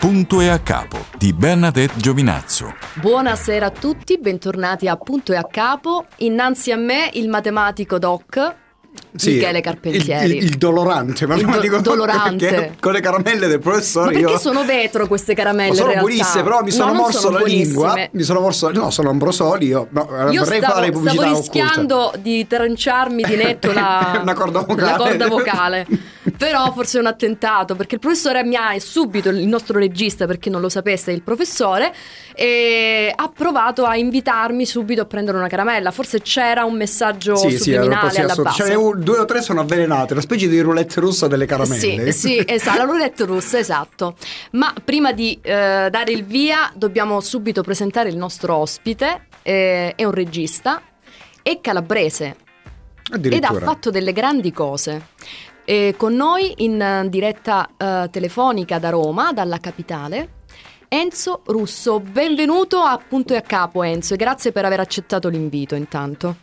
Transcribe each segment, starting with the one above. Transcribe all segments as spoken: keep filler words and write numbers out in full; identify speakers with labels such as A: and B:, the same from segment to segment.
A: Punto e a capo di Bernadette Giovinazzo.
B: Buonasera a tutti, bentornati a Punto e a capo. Innanzi a me il matematico doc
C: Sì,
B: Michele Carpentieri.
C: il, il, il dolorante, ma
B: il do-
C: dico
B: dolorante
C: con le caramelle del professore.
B: Ma perché
C: io...
B: sono vetro queste caramelle?
C: Ma sono
B: in realtà?
C: buonissime, però mi sono
B: no,
C: morso
B: sono
C: la lingua.
B: buonissime.
C: Mi sono morso, no, sono ambrosoli. Io, no,
B: io
C: vorrei
B: stavo,
C: fare pubblicità
B: stavo rischiando
C: occulta.
B: di tranciarmi di netto la,
C: Una corda vocale.
B: la corda vocale. Però forse è un attentato, perché il professore mi ha subito, il nostro regista, perché non lo sapesse, il professore, e ha provato a invitarmi subito a prendere una caramella. Forse c'era un messaggio
C: sì,
B: subliminale
C: sì,
B: alla base.
C: Cioè, un, due o tre sono avvelenate, una specie di roulette russa delle caramelle.
B: Sì, sì, esatto, la roulette russa, esatto. Ma prima di eh, dare il via dobbiamo subito presentare il nostro ospite. Eh, è un regista, è calabrese ed ha fatto delle grandi cose. E con noi in diretta uh, telefonica da Roma, dalla capitale, Enzo Russo. Benvenuto a Punto e a Capo, Enzo, e grazie per aver accettato l'invito intanto.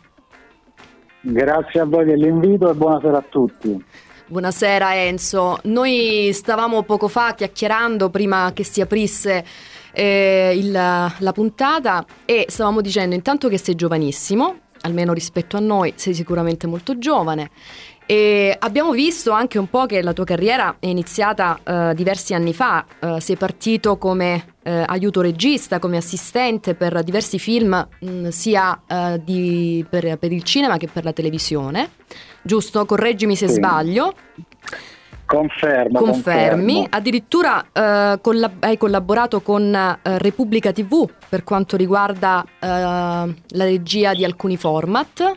D: Grazie a voi dell'invito e buonasera a tutti.
B: Buonasera Enzo, noi stavamo poco fa chiacchierando prima che si aprisse eh, il, la puntata e stavamo dicendo intanto che sei giovanissimo, almeno rispetto a noi sei sicuramente molto giovane. E abbiamo visto anche un po' che la tua carriera è iniziata uh, diversi anni fa, uh, sei partito come uh, aiuto regista, come assistente per diversi film, mh, sia uh, di, per, per il cinema che per la televisione, giusto? Correggimi se
D: sì.
B: sbaglio.
D: Confermo.
B: Confermi,
D: confermo.
B: Addirittura uh, collab- hai collaborato con uh, Repubblica tivù per quanto riguarda uh, la regia di alcuni format.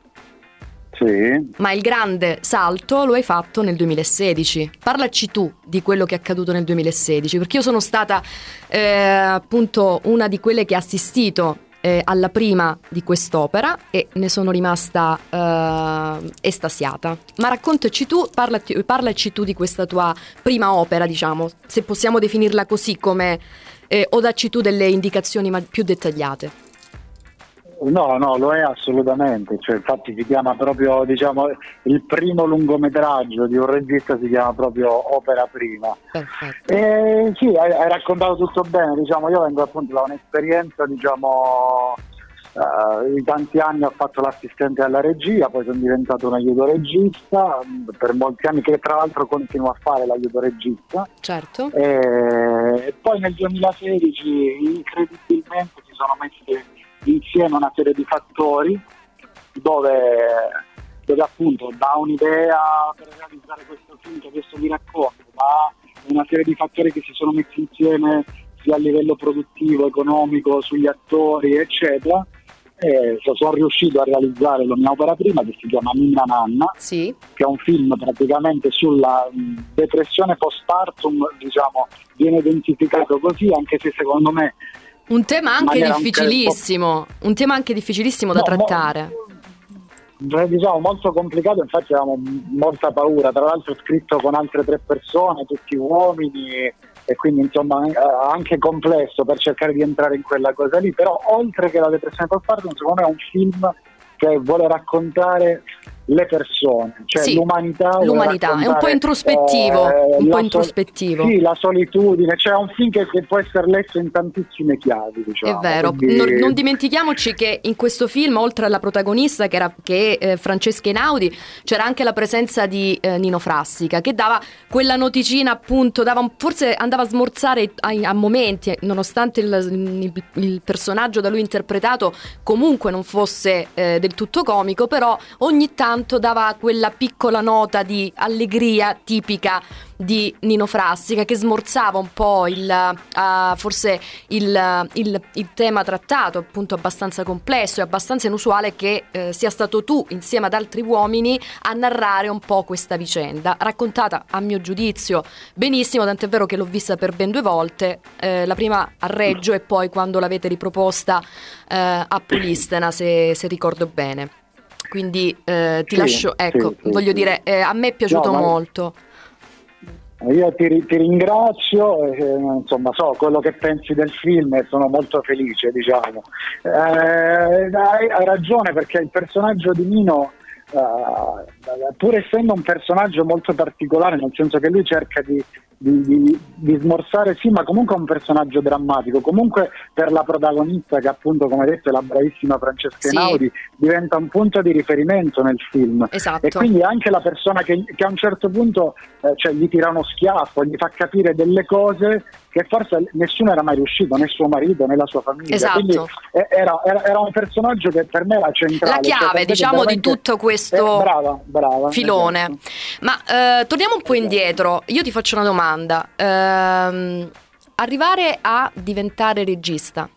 D: Sì.
B: Ma il grande salto lo hai fatto nel duemilasedici. Parlaci tu di quello che è accaduto nel duemilasedici, perché io sono stata eh, appunto una di quelle che ha assistito eh, alla prima di quest'opera e ne sono rimasta eh, estasiata. Ma raccontaci tu, parlaci, parlaci tu di questa tua prima opera, diciamo, se possiamo definirla così, come eh, o dacci tu delle indicazioni ma- più dettagliate.
D: No, no, lo è assolutamente, cioè, infatti si chiama proprio, diciamo, il primo lungometraggio di un regista si chiama proprio Opera Prima.
B: Perfetto.
D: E sì, hai, hai raccontato tutto bene, diciamo, io vengo appunto da un'esperienza, diciamo, uh, di tanti anni ho fatto l'assistente alla regia, poi sono diventato un aiuto regista, per molti anni, che tra l'altro continuo a fare l'aiuto regista.
B: Certo.
D: E poi nel duemilasedici incredibilmente si sono messi insieme una serie di fattori dove, dove appunto da un'idea per realizzare questo film che adesso vi racconto, da una serie di fattori che si sono messi insieme sia a livello produttivo, economico, sugli attori eccetera, e sono riuscito a realizzare la mia opera prima, che si chiama Ninna Nanna,
B: sì.
D: che è un film praticamente sulla depressione postpartum, diciamo, viene identificato così, anche se secondo me
B: un tema anche difficilissimo, un, un tema anche difficilissimo da no, trattare.
D: Mo- diciamo molto complicato, infatti avevamo molta paura, tra l'altro scritto con altre tre persone, tutti uomini, e quindi insomma anche complesso per cercare di entrare in quella cosa lì, però oltre che la depressione postpartum, secondo me è un film che vuole raccontare le persone, cioè
B: sì,
D: l'umanità,
B: l'umanità è un po' introspettivo, eh, un po' introspettivo.
D: So- sì, la solitudine, cioè è un film che, che può essere letto in tantissime chiavi, diciamo.
B: È vero,
D: quindi...
B: non, non dimentichiamoci che in questo film, oltre alla protagonista che era che è eh, Francesca Einaudi, c'era anche la presenza di eh, Nino Frassica, che dava quella noticina, appunto, dava un, forse andava a smorzare a, a momenti, nonostante il, il, il personaggio da lui interpretato comunque non fosse eh, del tutto comico, però ogni tanto dava quella piccola nota di allegria tipica di Nino Frassica, che smorzava un po' il uh, forse il, il, il tema trattato, appunto abbastanza complesso e abbastanza inusuale, che eh, sia stato tu insieme ad altri uomini a narrare un po' questa vicenda, raccontata a mio giudizio benissimo, tant'è vero che l'ho vista per ben due volte, eh, la prima a Reggio e poi quando l'avete riproposta eh, a Polistena, se, se ricordo bene. Quindi eh, ti
D: sì,
B: lascio, ecco,
D: sì, sì,
B: voglio
D: sì.
B: dire, eh, a me è piaciuto
D: no,
B: molto.
D: Io ti, ti ringrazio, eh, insomma so quello che pensi del film e sono molto felice, diciamo. Eh, hai, hai ragione, perché il personaggio di Nino uh, pur essendo un personaggio molto particolare, nel senso che lui cerca di Di, di, di smorzare, sì, ma comunque è un personaggio drammatico, comunque per la protagonista, che appunto, come detto, è la bravissima Francesca
B: sì.
D: Einaudi, diventa un punto di riferimento nel film.
B: Esatto.
D: E quindi anche la persona che, che a un certo punto eh, cioè, gli tira uno schiaffo, gli fa capire delle cose che forse nessuno era mai riuscito, né suo marito né la sua famiglia.
B: Esatto.
D: Quindi eh, era, era, era un personaggio che per me era centrale,
B: la chiave,
D: cioè,
B: diciamo, di tutto questo
D: eh, brava, brava,
B: filone.
D: esatto.
B: Ma eh, torniamo un po' indietro. Io ti faccio una domanda. Ehm, arrivare a diventare regista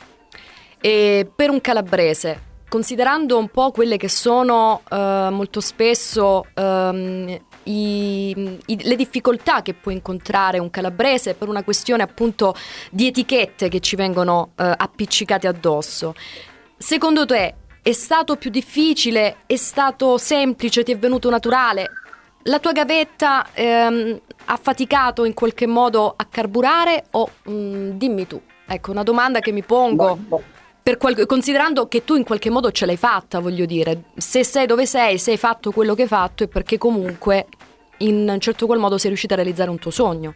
B: e per un calabrese, considerando un po' quelle che sono eh, molto spesso ehm, i, i, le difficoltà che può incontrare un calabrese per una questione appunto di etichette che ci vengono eh, appiccicate addosso, secondo te è stato più difficile? È stato semplice? Ti è venuto naturale? La tua gavetta ehm, ha faticato in qualche modo a carburare o mh, dimmi tu? Ecco, una domanda che mi pongo, per qual- considerando che tu in qualche modo ce l'hai fatta, voglio dire, se sei dove sei, se hai fatto quello che hai fatto, è perché comunque in un certo qual modo sei riuscita a realizzare un tuo sogno.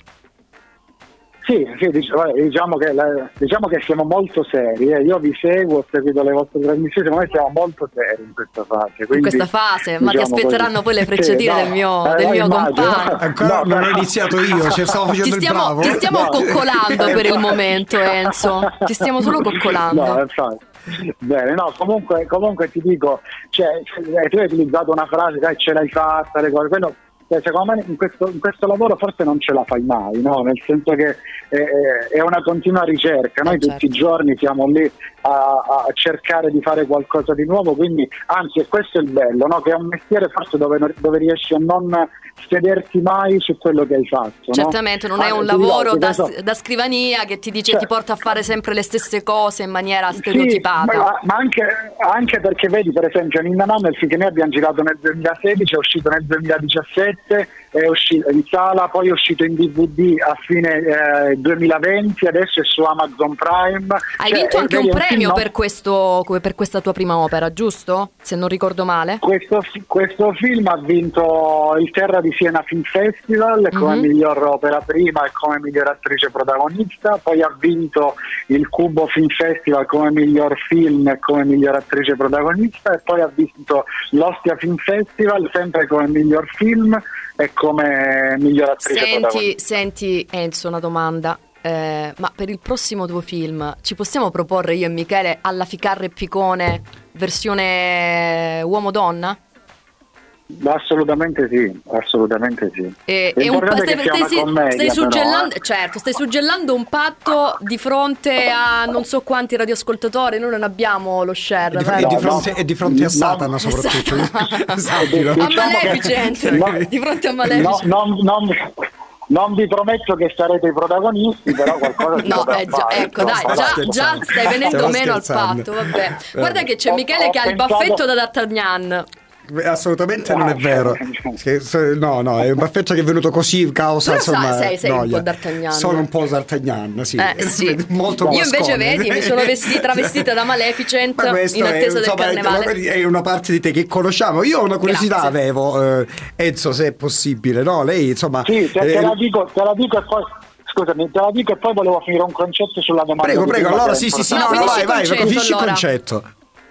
D: Sì, sì, diciamo che, diciamo che siamo molto seri, eh. Io vi seguo, ho seguito le vostre trasmissioni, ma noi siamo molto seri in questa fase. Quindi,
B: in questa fase, ma
D: diciamo
B: ti aspetteranno
D: così.
B: poi le frecciatine
D: sì, no,
B: del mio,
D: eh,
B: del
D: no,
B: mio
D: immagino.
B: compagno.
C: Ancora
D: No,
C: non
D: no.
C: ho iniziato io, cioè stavo facendo
B: Ti
C: il
B: stiamo,
C: bravo.
B: ti stiamo
D: No.
B: coccolando per il momento, Enzo. Ti stiamo solo coccolando.
D: No, infatti. Bene, no, comunque, comunque ti dico, cioè, tu hai utilizzato una frase, dai, ce l'hai fatta, le cose, quello, secondo me in questo, in questo lavoro forse non ce la fai mai, no? Nel senso che è, è una continua ricerca, noi
B: eh, certo.
D: tutti i giorni siamo lì a, a cercare di fare qualcosa di nuovo, quindi anzi, e questo è il bello, no? Che è un mestiere forse dove, dove riesci a non sederti mai su quello che hai fatto.
B: Certamente,
D: no?
B: non è
D: ah,
B: un lavoro da,
D: so.
B: da scrivania che ti dice,
D: Cioè,
B: ti porta a fare sempre le stesse cose in maniera stereotipata.
D: Sì, ma, ma anche, anche perché vedi, per esempio, Ninna Nanna, il film che noi abbiamo girato nel duemilasedici, è uscito nel duemiladiciassette, è uscito in sala, poi è uscito in D V D a fine eh, duemilaventi, adesso è su Amazon Prime.
B: Hai
D: cioè,
B: vinto anche un premio
D: film, no?
B: per, questo, per questa tua prima opera, giusto? Se non ricordo male.
D: Questo, questo film ha vinto il Terra di Siena Film Festival come mm-hmm. miglior opera prima e come miglior attrice protagonista, poi ha vinto il Cubo Film Festival come miglior film e come miglior attrice protagonista, e poi ha vinto l'Ostia Film Festival sempre come miglior film e come miglior attrice
B: senti,
D: protagonista.
B: Senti Enzo, una domanda. Eh, ma per il prossimo tuo film ci possiamo proporre io e Michele alla Ficarra e Picone versione uomo-donna?
D: Assolutamente sì, assolutamente sì.
B: E, e un pa- stai, stai, stai,
D: commedia,
B: stai suggellando,
D: però, eh.
B: certo, stai suggellando un patto di fronte a non so quanti radioascoltatori. Noi non abbiamo lo share.
C: E di,
B: vero?
C: e di,
D: No,
C: fronte,
D: no.
C: e di fronte a
D: No.
C: Satana soprattutto. Sappilo.
B: A
D: Diciamo
B: Maleficent,
D: che- no.
B: di fronte a
D: No,
B: Maleficent.
D: non, non, non vi prometto che sarete i protagonisti, però qualcosa si
B: No,
D: potrà
B: eh, già,
D: fare.
B: ecco, dai,
C: Stavo
B: già,
C: scherzando.
B: già stai venendo
C: Stavo
B: meno al
C: scherzando.
B: patto, vabbè. Guarda che c'è
D: Ho-
B: Michele
D: ho
B: che ha il
D: pensato-
B: baffetto da D'Artagnan.
C: Assolutamente non è vero. No, no, è un baffetto che è venuto così causa,
B: Però sai-
C: insomma,
B: sei- sei un
C: noia.
B: po' D'Artagnan.
C: Sono un po' D'Artagnan, sì.
B: Eh, sì.
C: Molto
B: Io invece
C: guascone.
B: vedi, mi sono vestita, travestita da Maleficent
C: Ma questo
B: in attesa
C: è,
B: del
C: insomma,
B: carnevale.
C: è una parte di te che conosciamo. Io ho una curiosità
B: Grazie.
C: avevo, eh, Enzo, se è possibile, no? Lei, insomma,
D: Sì, te, te
C: eh,
D: la dico, te la dico e poi scusami, te la dico e poi volevo finire un concetto sulla domanda.
C: prego,
D: di
C: prego,
D: prima,
C: allora
D: che è
C: sì, sì, sì,
B: No,
C: no, no,
B: finisci
C: vai,
B: il
C: vai,
B: concetto,
C: finisci il
B: allora.
C: concetto.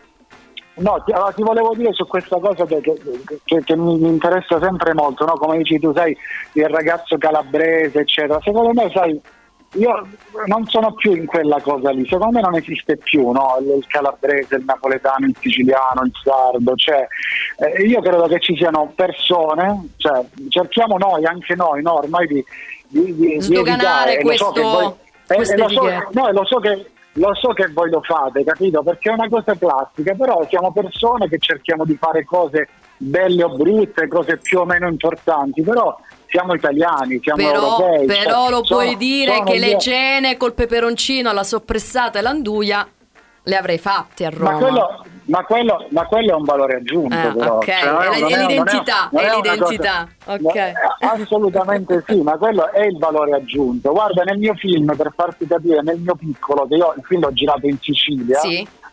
D: No, ti, allora, ti volevo dire su questa cosa che, che, che mi, mi interessa sempre molto, no? Come dici tu, sai, il ragazzo calabrese, eccetera. Secondo me, sai, io non sono più in quella cosa lì, secondo me non esiste più, no? il, il calabrese, il napoletano, il siciliano, il sardo, cioè eh, io credo che ci siano persone, cioè cerchiamo noi, anche noi, no? Ormai di, di, di
B: Sdoganare
D: di evitare,
B: questo,
D: lo so che voi, eh,
B: queste
D: eh, lo so,
B: etichette.
D: no, lo so che Lo so che voi lo fate, capito? Perché è una cosa plastica, però siamo persone che cerchiamo di fare cose belle o brutte, cose più o meno importanti, però siamo italiani, siamo
B: Però,
D: europei.
B: però
D: cioè,
B: lo
D: sono-
B: puoi dire
D: sono
B: che le
D: io-
B: cene col peperoncino, la soppressata e l'anduia le avrei fatte a Roma.
D: Ma quello, ma, quello, ma quello è un valore aggiunto,
B: Ah,
D: però.
B: ok,
D: Cioè, non
B: è la-
D: non
B: è
D: non
B: l'identità,
D: non
B: è
D: una
B: l'identità,
D: cosa-
B: ok.
D: no, assolutamente sì, ma quello è il valore aggiunto. Guarda, nel mio film, per farti capire, nel mio piccolo, che io il film l'ho girato in Sicilia,
B: Sì.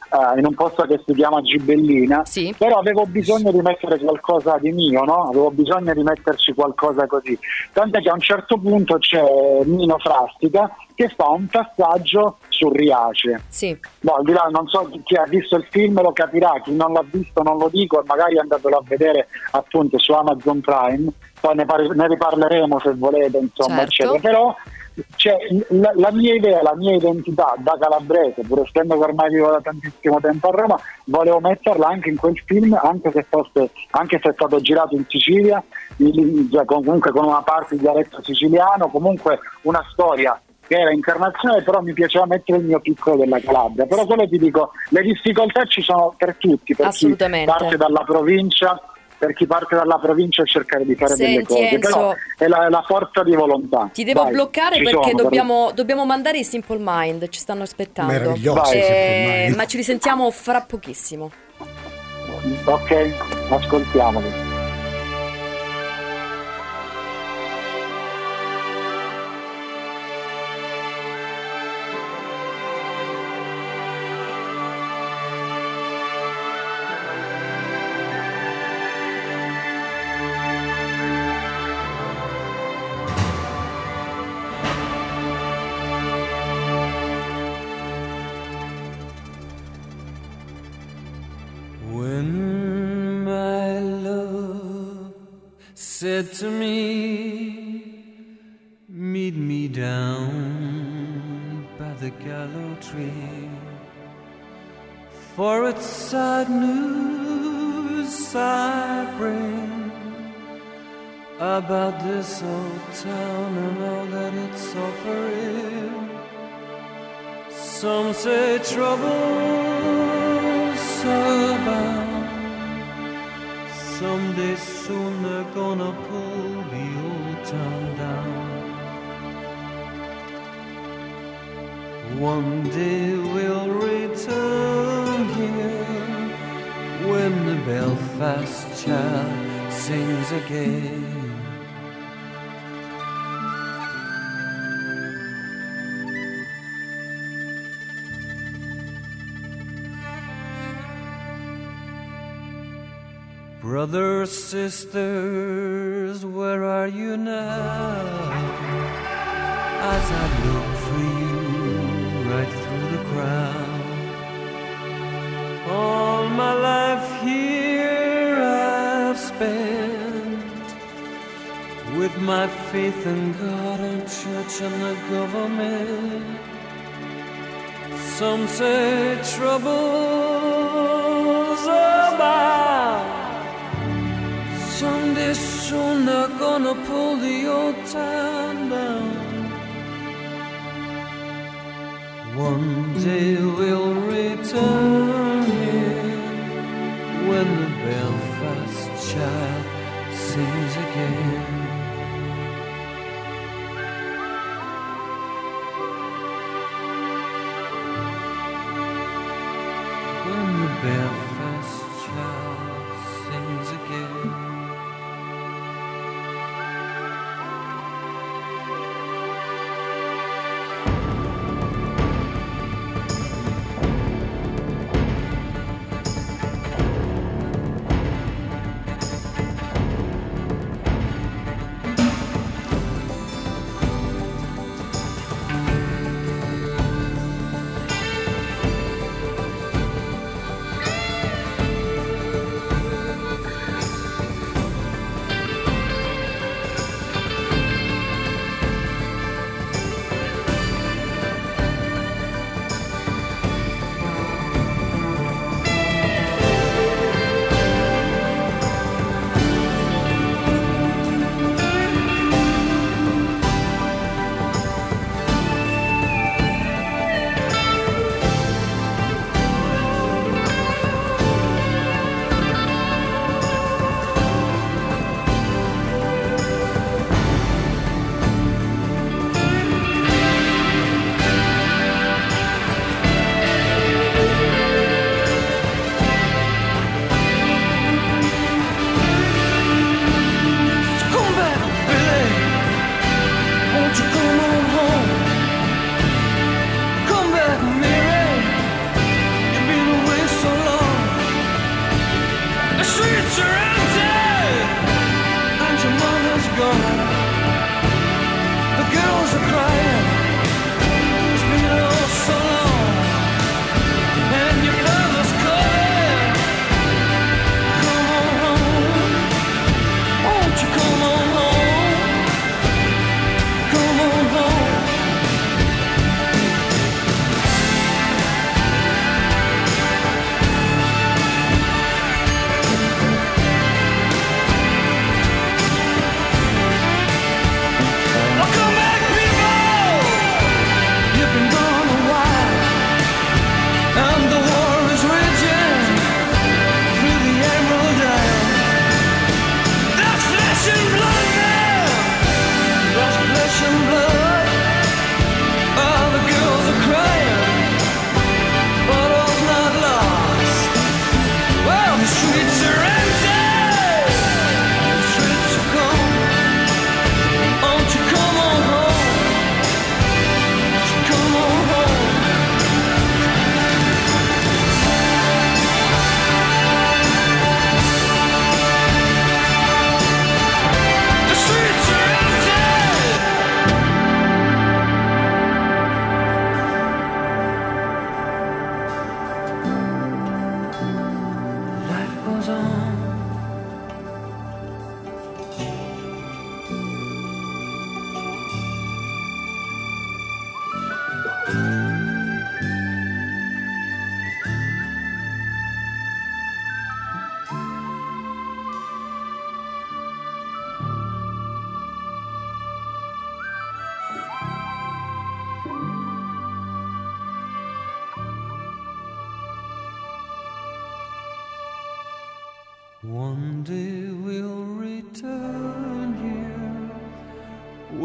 D: uh, in un posto che si chiama Gibellina,
B: sì.
D: Però avevo bisogno di mettere qualcosa di mio, no? Avevo bisogno di metterci qualcosa così, tant'è che a un certo punto c'è Nino Frassica che fa un passaggio su Riace.
B: Sì.
D: No, al di là, non so chi ha visto il film lo capirà, chi non l'ha visto non lo dico, magari andatelo a vedere appunto su Amazon Prime, poi ne, par- ne riparleremo se volete, insomma,
B: certo.
D: eccetera. Però cioè, la, la mia idea, la mia identità da calabrese, pur essendo che ormai vivo da tantissimo tempo a Roma, volevo metterla anche in quel film, anche se fosse, anche se è stato girato in Sicilia, in, cioè, comunque con una parte di dialetto siciliano, comunque una storia che era internazionale, però mi piaceva mettere il mio piccolo della Calabria. Però quello ti dico, le difficoltà ci sono per tutti, per chi parte dalla provincia, per chi parte dalla provincia e cercare di fare
B: Senti,
D: delle cose,
B: Enzo,
D: però è la, è la forza di volontà.
B: Ti devo
D: Vai,
B: bloccare perché
D: sono,
B: dobbiamo,
D: per...
B: dobbiamo mandare i Simple Mind, ci stanno aspettando.
C: Meravigliosi,
B: eh, ma ci risentiamo fra pochissimo.
D: Ok, ascoltiamoli.
E: Said to me, meet me down by the gallows tree, for it's sad news I bring about this old town and all that it's offering. Some say trouble's abound, someday soon they're gonna pull the old town down. One day we'll return here when the Belfast child sings again. Brothers, sisters, where are you now? As I look for you right through the crowd, all my life here I've spent with my faith in God and church and the government. Some say trouble's abound, someday soon they're gonna pull the old town down. One day we'll return here when the Belfast child sings again. When the Belfast child sings again.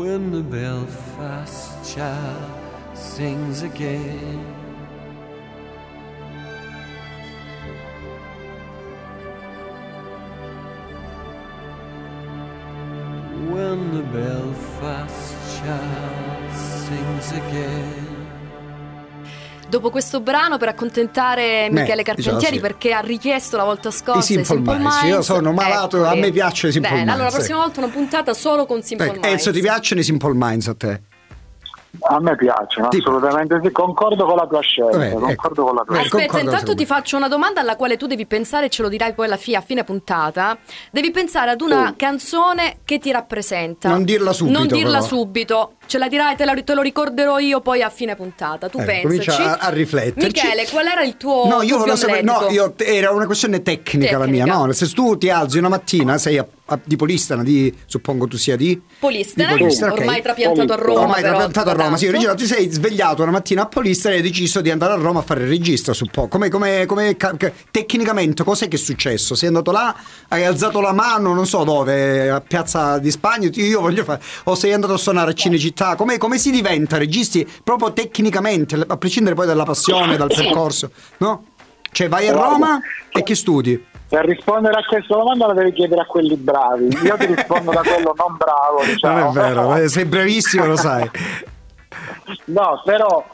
E: when the Belfast child sings again. When the Belfast child sings again.
B: Dopo questo brano, per accontentare
C: Beh,
B: Michele Carpentieri,
C: diciamo sì.
B: perché ha richiesto la volta scorsa
C: I Simple Minds. Io sono malato,
B: Eccoli.
C: a me piacciono i Simple
B: Bene,
C: Minds.
B: allora la prossima volta una puntata solo con Simple
C: Ecco,
B: Minds.
C: Enzo, ti piacciono i Simple Minds a te?
D: A me piacciono,
C: Tipo.
D: assolutamente sì, concordo con la tua scelta,
C: Vabbè,
D: concordo
C: ecco.
D: con la tua
C: Vabbè,
D: scelta.
B: Aspetta,
C: concordo
B: intanto
C: con
B: ti
C: te.
B: faccio una domanda alla quale tu devi pensare, ce lo dirai poi alla fine, a fine puntata. Devi pensare ad una
D: Sì.
B: canzone che ti rappresenta.
C: Non dirla subito,
B: Non dirla
C: però.
B: subito. Ce la dirai, te, la, te lo ricorderò io poi a fine puntata. Tu
C: Eh,
B: pensaci.
C: comincia a, a rifletterci.
B: Michele, qual era il tuo
C: No, io
B: dubbio
C: volevo sapere. No,
B: amletico?
C: io, era una questione tecnica, la mia.
B: Tecnica.
C: No, se tu ti alzi una mattina, sei a, a- di Polistena, di, suppongo tu sia di.
B: Polistena,
C: di Polistena, ok.
B: ormai trapiantato a Roma.
C: Ormai
B: però,
C: trapiantato a
B: da
C: Roma, sì,
B: tanto.
C: Regina, ti sei svegliato una mattina a Polistena e hai deciso di andare a Roma a fare il regista, suppongo. Come, come, come ca- ca- tecnicamente, cos'è che è successo? Sei andato là, hai alzato la mano, non so dove, a Piazza di Spagna, ti- io voglio fare. O sei andato a suonare a Cinecittà? Come, come si diventa registi proprio tecnicamente, a prescindere poi dalla passione, dal percorso, no? Cioè vai a Roma e che studi?
D: Per rispondere a questa domanda la devi chiedere a quelli bravi. Io ti rispondo da quello non bravo, diciamo.
C: Non è vero, eh, sei bravissimo, lo sai.
D: No, però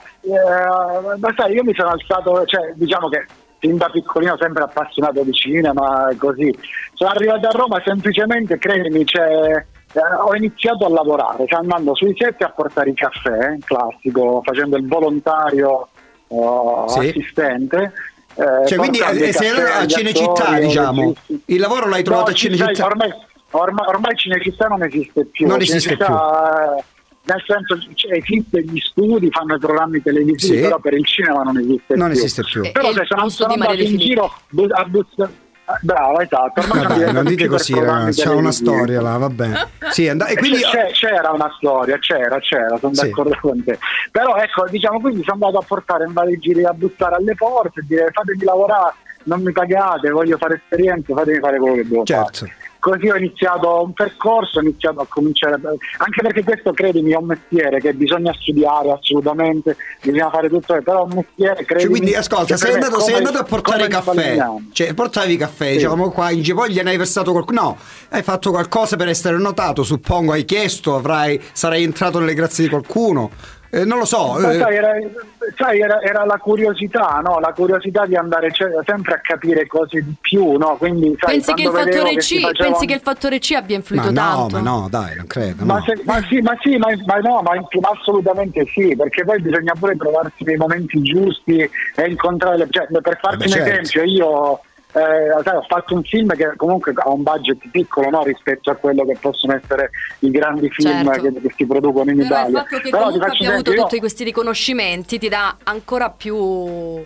D: eh, ma sai, io mi sono alzato, cioè diciamo che fin da piccolino sempre appassionato di cinema e così. Sono arrivato a Roma semplicemente, credimi, cioè, eh, ho iniziato a lavorare, cioè andando sui set a portare i caffè, classico, facendo il volontario eh,
C: Sì.
D: assistente. Eh,
C: Cioè, quindi
D: portando
C: eh,
D: i
C: sei
D: caffè
C: andato a
D: agli
C: Cinecittà,
D: attori,
C: diciamo.
D: registi.
C: Il lavoro l'hai trovato
D: No,
C: a Cinecittà.
D: sai, Ormai, ormai, ormai Cinecittà non esiste più.
C: Non esiste
D: Cinecittà, eh, nel senso, cioè, esiste gli studi, fanno i programmi televisivi,
C: Sì.
D: però per il cinema non esiste
C: Non
D: più.
C: esiste più.
B: E-
D: Però
B: e
D: se
B: il
D: sono,
B: posto
D: sono
B: di Maria
D: andato
B: De
D: in
B: Filippi.
D: giro bu- a bussare. Brava, esatto. Ormai
C: Ma
D: sono
C: dai, non
D: diventati
C: dite
D: più per
C: così,
D: programmi
C: ragazzi, c'è una
D: televisivi.
C: storia là, vabbè. Sì, and- e quindi
D: C'è- c'era una storia, c'era, c'era, sono
C: Sì.
D: d'accordo con te. Però ecco, diciamo, quindi sono andato a portare in vari giri a bussare alle porte e dire fatemi lavorare, non mi pagate, voglio fare esperienze, fatemi fare quello che devo
C: certo.
D: fare. Così ho iniziato un percorso, ho iniziato a cominciare, anche perché questo credimi è un mestiere che bisogna studiare assolutamente, bisogna fare tutto, però è un mestiere, credimi.
C: Cioè, quindi ascolta,
D: che
C: sei
D: per me
C: andato, sei
D: come-
C: andato a portare
D: come
C: caffè,
D: Spallignano.
C: cioè portavi caffè,
D: Sì.
C: diciamo qua in giro, poi gliene hai versato qualcosa, no, hai fatto qualcosa per essere notato, suppongo, hai chiesto, avrai, sarai entrato nelle grazie di qualcuno, eh, non lo so.
D: Ma
C: eh,
D: sai, era, sai, era, era la curiosità, no? La curiosità di andare cioè, sempre a capire cose di più, no? Quindi, sai,
B: Pensi che, il
D: quando vedevo
B: fattore
D: che si
B: C,
D: facevano-
B: pensi che il fattore C abbia
C: ma
B: influito
C: no,
B: tanto?
C: ma no, dai, non credo,
D: Ma,
C: no.
D: se- ma sì, ma sì, ma, ma no, ma, ma assolutamente sì, perché poi bisogna pure trovarsi nei momenti giusti e incontrare le, cioè, per farti
C: Vabbè,
D: un
C: certo.
D: esempio, io eh, sai, ho fatto un film che comunque ha un budget piccolo, no, rispetto a quello che possono essere i grandi film
B: Certo.
D: che, che si producono in
B: Però il
D: Italia.
B: fatto che
D: Però ti
B: comunque
D: faccio
B: abbia avuto
D: esempio,
B: tutti
D: io-
B: questi riconoscimenti ti dà ancora più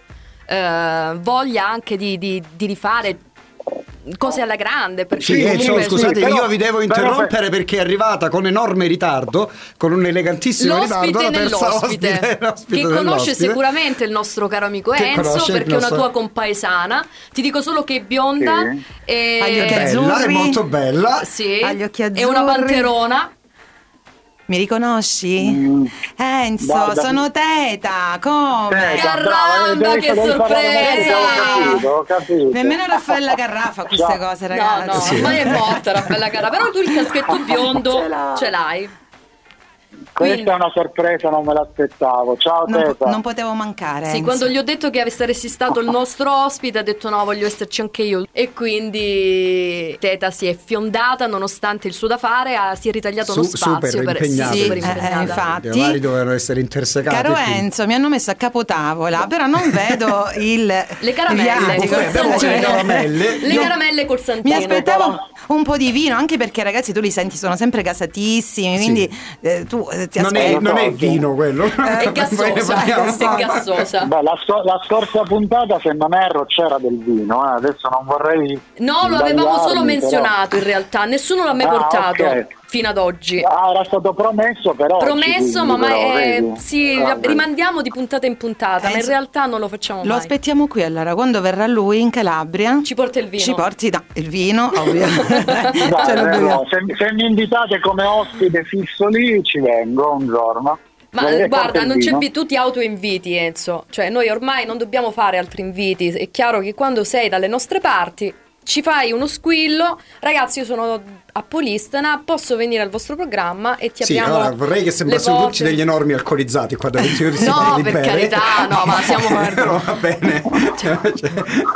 B: eh, voglia anche di, di, di rifare cose alla grande. Perché
C: Sì,
D: Sì,
C: Enzo,
D: sì,
C: scusate,
D: sì, però-
C: io vi devo
D: però-
C: interrompere perché è arrivata con enorme ritardo, con un elegantissimo ritardo,
B: l'ospite
C: la terza
B: nell'ospite,
C: ospite, l'ospite
B: che conosce
C: dell'ospite.
B: sicuramente il nostro caro amico
C: Che
B: Enzo,
C: conosce il
B: perché è una
C: nostro-
B: tua compaesana. Ti dico solo che è bionda
D: Sì.
B: e
F: Ha gli occhi
C: Bella,
F: azzurri.
C: è molto bella.
B: sì,
F: Ha gli occhi
B: è
F: azzurri.
B: una panterona.
F: Mi riconosci?
D: Mm.
F: Enzo,
D: Guarda-
F: sono Teta, come?
D: Teta,
B: Caramba,
D: brava, eh, devi-
B: che
D: devi parlare
B: sorpresa!
D: Ho capito, ho capito.
F: Nemmeno Raffaella Carrà fa queste
D: Ciao.
F: cose,
B: No,
F: ragazzi.
B: no,
C: Sì.
B: ormai è morta Raffaella Carrà, però tu il caschetto biondo
F: Ce l'ho.
B: ce l'hai.
D: Questa
B: Quindi-
D: è una sorpresa, non me l'aspettavo. Ciao
F: Non, po-
D: Teta.
F: non potevo mancare.
B: Sì,
F: Enzo.
B: quando gli ho detto che saresti stato il nostro ospite, ha detto no, voglio esserci anche io. E quindi Teta si è fiondata, nonostante il suo da fare, ha- si è ritagliato uno
C: Su-
B: spazio
C: super
B: per
C: impegnata,
B: sì, super
F: diciamo.
B: impegnata.
F: Eh, eh, infatti.
C: I vari dovevano essere intersecati.
F: Caro
C: quindi-
F: Enzo, mi hanno messo a capotavola, però non vedo il
B: Le caramelle,
F: viatico.
B: col
C: abbiamo
B: santino.
C: le caramelle.
B: Le
F: No.
B: caramelle col santino.
F: Mi aspettavo un po' di vino, anche perché ragazzi tu li senti, sono sempre gasatissimi, quindi eh, tu eh, ti
C: Non è,
F: aspetti.
C: non è vino quello.
B: È gassosa,
C: Poi ne parliamo.
B: è gassosa.
D: Beh, la, sco- la scorsa puntata, se non erro, c'era del vino. Eh. Adesso non vorrei.
B: No, lo avevamo
D: sbagliarmi,
B: solo
D: però-
B: menzionato in realtà, nessuno l'ha mai
D: Ah,
B: portato.
D: ok.
B: fino ad oggi.
D: Ah, era stato promesso però.
B: Promesso, ma, ma è, sì,
D: ah,
B: rimandiamo di puntata in puntata, ma in realtà non lo facciamo
F: Lo
B: mai.
F: aspettiamo qui allora, quando verrà lui in Calabria
B: ci porta il vino.
F: Ci porti no, il vino, ovviamente.
D: Dai,
F: Ce lo
D: eh,
F: beviamo.
D: se, se mi invitate come ospite fisso lì, ci vengo un giorno.
B: Ma
D: Vorrei
B: guarda,
D: portare
B: non
D: il
B: c'è
D: vino.
B: bi- tu ti autoinviti, Enzo. Cioè, noi ormai non dobbiamo fare altri inviti. È chiaro che quando sei dalle nostre parti ci fai uno squillo. Ragazzi, io sono a Polistena, posso venire al vostro programma e ti
C: Sì,
B: apriamo
C: allora, vorrei che sembrassimo
B: le porte.
C: tutti degli enormi alcolizzati qua da venti ore.
B: No, per carità, no, ma siamo
C: Però va bene. Cioè, cioè.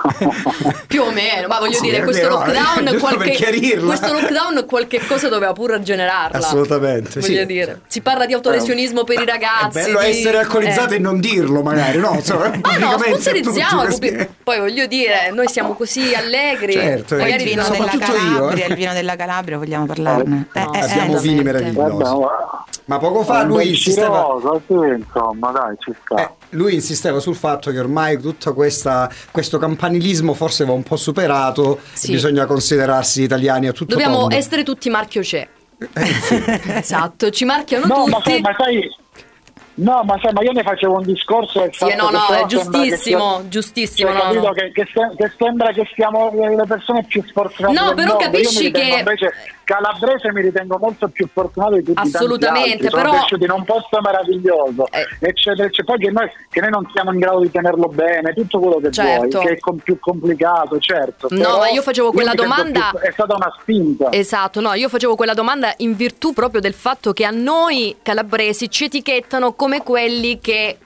B: più o meno, ma voglio
C: Sì,
B: dire,
C: è
B: questo
C: vero,
B: lockdown
C: giusto
B: qualche,
C: per chiarirla.
B: questo lockdown qualche cosa doveva pure generarla.
C: Assolutamente,
B: Voglio
C: sì.
B: dire, si parla di autolesionismo per i
C: È
B: ragazzi.
C: bello
B: di-
C: essere alcolizzati
B: eh.
C: e non dirlo, magari, no? Insomma,
B: Ma no,
C: pubblicamente
B: sponsorizziamo,
C: a tutti, così.
B: poi voglio dire, noi siamo così allegri.
C: Certo,
F: Poi il
B: magari
F: vino
B: no,
F: della
C: soprattutto io,
F: Calabria,
C: eh.
F: il vino della Calabria, vogliamo parlarne? Eh,
C: No,
F: eh,
C: abbiamo
F: eh,
C: vini
F: esattamente.
C: meravigliosi.
D: Vabbè,
C: Ma poco fa
D: un
C: lui
D: bel
C: insisteva,
D: Cirosa, sì, insomma, dai, ci sta.
C: eh, lui insisteva sul fatto che ormai tutto questa, questo campanilismo forse va un po' superato
B: Sì.
C: e bisogna considerarsi italiani a tutto
B: dobbiamo
C: tondo.
B: essere tutti marchio c'è.
C: Eh,
B: Esatto, ci marchiano
D: No, ma
B: tutti.
D: sai, ma sai, no, ma sai, ma io ne facevo un discorso del
B: Sì,
D: fatto
B: no,
D: che
B: no,
D: però
B: è
D: sembra che
B: giustissimo,
D: sia-
B: giustissimo.
D: cioè,
B: no,
D: capito
B: no.
D: Che, che, se- che sembra che siamo le persone più sfortunate
B: No,
D: del
B: però
D: mondo.
B: capisci
D: Io mi ritengo
B: che-
D: invece calabrese mi ritengo molto più fortunato di tutti
B: Assolutamente,
D: i tanti altri. Sono
B: però-
D: cresciuto in un posto meraviglioso,
B: Eh.
D: eccetera, eccetera. Poi che noi, che noi non siamo in grado di tenerlo bene, tutto quello che
B: Certo.
D: vuoi, che è com- più complicato, certo.
B: No,
D: però
B: ma io facevo quella
D: mi sento
B: domanda-
D: più- è stata una spinta.
B: Esatto, no, io facevo quella domanda in virtù proprio del fatto che a noi calabresi ci etichettano come quelli che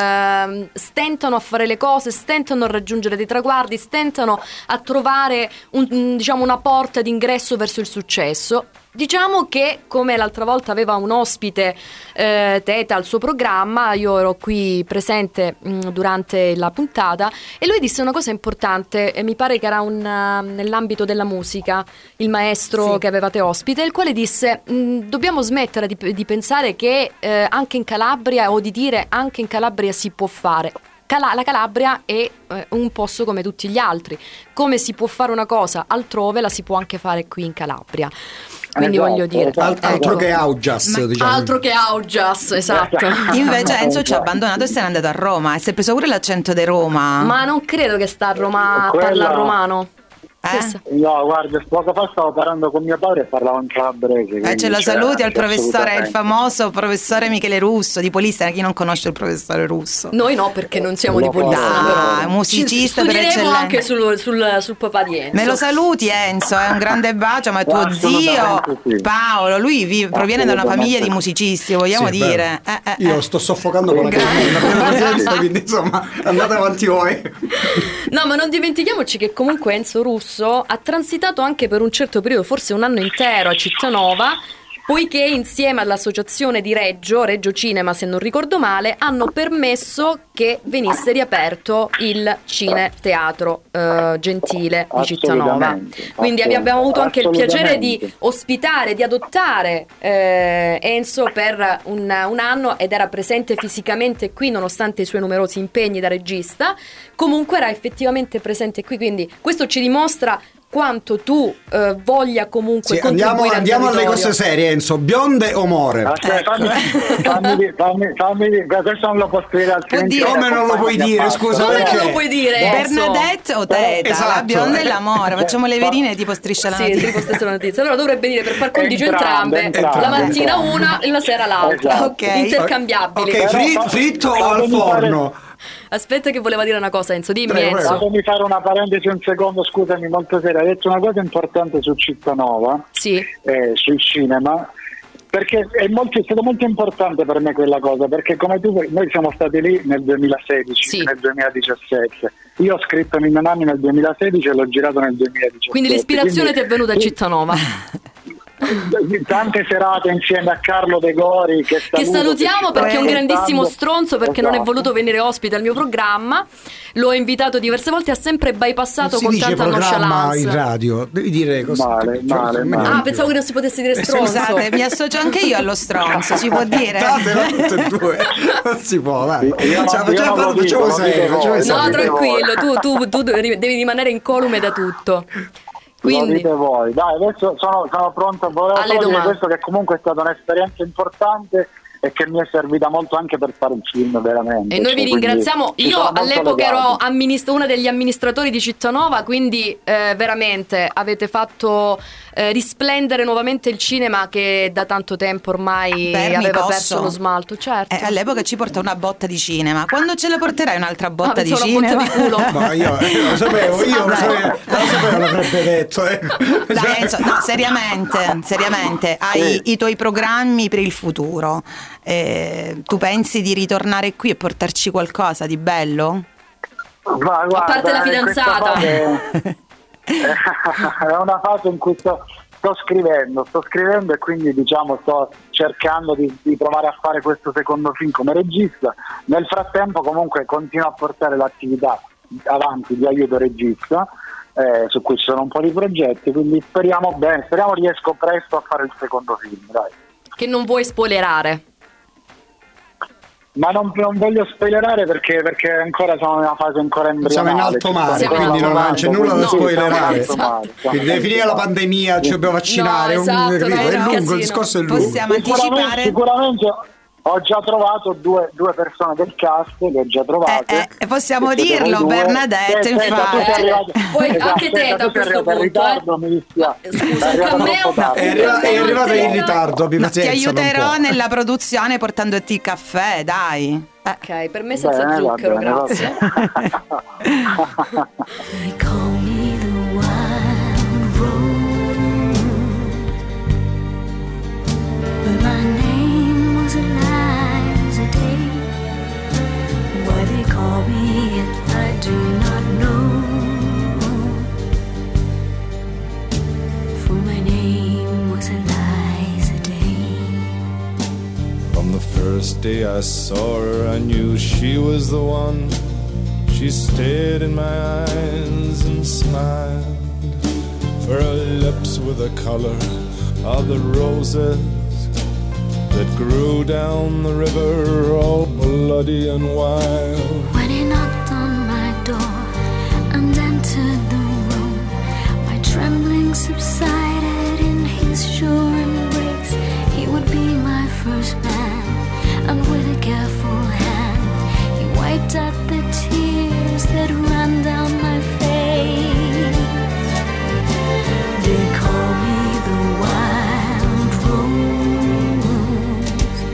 B: ehm, stentano a fare le cose, stentano a raggiungere dei traguardi, stentano a trovare un- un, diciamo, una porta d'ingresso verso il successo. Diciamo che, come l'altra volta aveva un ospite eh, Teta al suo programma, io ero qui presente mh, durante la puntata e lui disse una cosa importante, e mi pare che era un, uh, nell'ambito della musica, il maestro
F: Sì.
B: che avevate ospite, il quale disse mh, dobbiamo smettere di, di pensare che eh, anche in Calabria, o di dire anche in Calabria si può fare. Cala- la Calabria è eh, un posto come tutti gli altri, come si può fare una cosa altrove la si può anche fare qui in Calabria. Quindi
D: Esatto,
B: voglio dire,
D: esatto.
C: Al- altro
B: ecco.
C: che Augias,
F: Ma
C: diciamo.
B: Altro che Augias, esatto.
F: Invece Enzo ci ha abbandonato e se n'è andato a Roma e si è preso pure l'accento di Roma.
B: Ma non credo che sta a Roma a
D: Quella-
B: parlare romano.
F: Eh?
B: Che sa-
D: No, guarda, poco fa stavo parlando con mio padre e parlavo in calabrese.
F: Eh,
D: quindi,
F: ce lo
D: cioè,
F: saluti al
D: cioè,
F: professore, il
D: assolutamente.
F: famoso professore Michele Russo di Polistena. Chi non conosce il professore Russo?
B: Noi no, perché non siamo
D: Lo
B: di Polistena.
D: so.
B: però.
F: Ah, musicista per
B: Studieremo
F: eccellenza.
B: anche sul, sul, sul papà di Enzo.
F: Me lo saluti Enzo, è un grande bacio, ma tuo zio
D: Assolutamente sì.
F: Paolo, lui vi- proviene da una famiglia di musicisti, vogliamo
C: Sì,
F: dire.
C: bello.
F: Eh, eh,
C: Io
F: eh.
C: sto soffocando con la
F: Grazie.
C: la mia presenza, quindi insomma andate avanti voi.
B: No, ma non dimentichiamoci che comunque Enzo Russo ha transitato anche per un certo periodo, forse un anno intero, a Cittanova, poiché insieme all'associazione di Reggio, Reggio Cinema se non ricordo male, hanno permesso che venisse riaperto il Cine Teatro eh, Gentile di Cittanova.
D: Assolutamente,
B: Quindi abbi- abbiamo avuto anche il piacere di
D: assolutamente.
B: ospitare, di adottare eh, Enzo per un, un anno ed era presente fisicamente qui nonostante i suoi numerosi impegni da regista. Comunque era effettivamente presente qui, quindi questo ci dimostra quanto tu eh, voglia comunque
C: Sì,
B: contribuire
C: andiamo
B: al
C: andiamo alle
B: territorio.
C: cose serie, Enzo. Bionde o more?
D: Aspetta,
F: Ecco.
D: fammi, fammi, fammi, fammi dire, questo non lo posso dire altrimenti.
F: Oddio.
C: Come non lo puoi dire, scusa,
B: Come
C: perché?
B: non lo puoi dire, Enzo?
F: Bernadette o Teta,
C: Esatto.
F: la bionda e l'amore, facciamo le verine tipo striscia la
B: Sì,
F: notizia.
B: tipo stessa notizia. Allora dovrebbe dire per par condicio
D: Entrambe,
B: entrambe,
D: entrambe,
B: la mattina
D: entrambe.
B: una e la sera l'altra.
D: Esatto.
F: Ok.
B: Intercambiabili.
C: Ok, fri-
D: Però-
C: fritto o al
D: fatemi fare-
C: forno?
B: Aspetta che voleva dire una cosa, Enzo, dimmi
C: Prego,
B: Enzo.
C: prego.
D: Fatemi fare una parentesi un secondo, scusami, molto seria. Hai detto una cosa importante su Cittanova,
B: Sì.
D: eh, sul cinema, perché è, molto, è stato molto importante per me quella cosa, perché come tu, noi siamo stati lì nel duemilasedici,
B: Sì.
D: nel duemiladiciassette. Io ho scritto Ninno Nanni nel duemilasedici e l'ho girato nel duemiladiciassette.
B: Quindi l'ispirazione ti è venuta a
D: sì,
B: Cittanova.
D: tante serate insieme a Carlo De Gori che,
B: Che salutiamo perché è un grandissimo
D: ascoltando.
B: stronzo, perché non è
D: Esatto.
B: voluto venire ospite al mio programma. L'ho invitato diverse volte, ha sempre bypassato
C: Non si
B: con
C: dice
B: tanta
C: programma
B: nonchalance.
C: in radio, devi dire così.
D: Male, male, male.
B: Ah, pensavo che non si potesse dire stronzo.
F: Scusate, mi associo anche io allo stronzo, si può dire?
C: Datela tutte e due. Non si può, dai.
D: Io non-
C: Cioè,
D: io
C: facciamo
D: non lo
C: facciamo
D: dico, lo
C: serio,
D: dite
C: facciamo
D: voi.
C: serio.
B: No,
D: Sì.
B: tranquillo, tu, tu, tu devi devi rimanere incolume da tutto. Quindi...
D: Lo dite voi. Dai, adesso sono, sono pronto. Volevo
B: alle
D: solo dire
B: domande.
D: questo, che comunque è stata un'esperienza importante e che mi è servita molto anche per fare un film, veramente.
B: E noi
D: Cioè,
B: vi ringraziamo.
D: quindi ci
B: Io
D: sono molto
B: all'epoca ero
D: legato.
B: amminist- una degli amministratori di Cittanova, quindi eh, veramente avete fatto eh, risplendere nuovamente il cinema che da tanto tempo ormai
F: Berni,
B: aveva
F: posso?
B: perso lo smalto. Certo.
F: Eh, all'epoca ci porta una botta di cinema. Quando ce la porterai un'altra botta
B: Ah,
F: di
B: pensavo una
F: cinema?
B: botta di culo.
C: Ma io, io lo sapevo, io lo
F: Dai.
C: sapevo, lo sapevo, l'avrebbe detto. Ecco.
F: Dai, Enzo, no, seriamente, seriamente, hai i tuoi programmi per il futuro. Eh, tu pensi di ritornare qui e portarci qualcosa di bello?
D: Ma guarda,
B: parte la
D: in questa
B: fidanzata.
D: fase- è una fase in cui sto, sto scrivendo, sto scrivendo e quindi diciamo sto cercando di, di provare a fare questo secondo film come regista. Nel frattempo comunque continuo a portare l'attività avanti di aiuto regista, eh, su cui ci sono un po' di progetti, quindi speriamo bene, speriamo riesco presto a fare il secondo film, dai.
B: Che non vuoi spoilerare.
D: Ma non, non voglio spoilerare perché, perché ancora siamo in una fase ancora embrionale.
C: Siamo in alto mare,
B: Siamo in
C: quindi
B: alto
C: non
B: mare,
C: c'è nulla da
B: no,
C: spoilerare.
D: siamo in alto mare, siamo
C: Quindi deve
D: in
C: finire
D: alto
C: la
D: mare.
C: pandemia, ci dobbiamo vaccinare.
B: No,
C: un-
B: esatto,
C: capito?
B: no,
C: È
B: era un
C: lungo, il
B: casino.
C: discorso è lungo.
F: Possiamo
D: Sicuramente,
F: anticipare?
D: sicuramente ho già trovato due, due persone del cast, le ho già trovate.
F: Eh, eh, possiamo
D: Che siete
F: dirlo,
D: voi due.
F: Bernadette,
D: Eh, senta, tu sei
F: infatti.
D: arrivato-
B: Poi
D: esatto,
B: anche te
D: senta,
B: da
D: tu sei
B: questo
D: arrivato in
B: punto,
D: ritardo,
B: eh.
D: mi dispiace.
B: Scusa,
D: È arrivato
B: anche a me
D: troppo
B: è un-
D: tardi.
C: È, arriva- è arrivata in ritardo, abbi
F: No, ti
C: pazienza. non
F: aiuterò
C: può.
F: nella produzione portandoti il caffè, dai. Eh.
B: Ok, per me senza
D: Bene, va
B: zucchero,
D: bene, va
B: grazie.
G: They call me the wild rose, but my name was Eliza Day. Why they call me it, I do not know. For my name was Eliza Day.
E: From the first day I saw her, I knew she was the one. She stared in my eyes and smiled. For her lips were the color of the roses that grew down the river, all bloody and wild.
G: When he knocked on my door and entered the room, my trembling subsided in his sure embrace. He would be my first man, and with a careful hand he wiped out the tears that ran down my face. They call me the wild rose,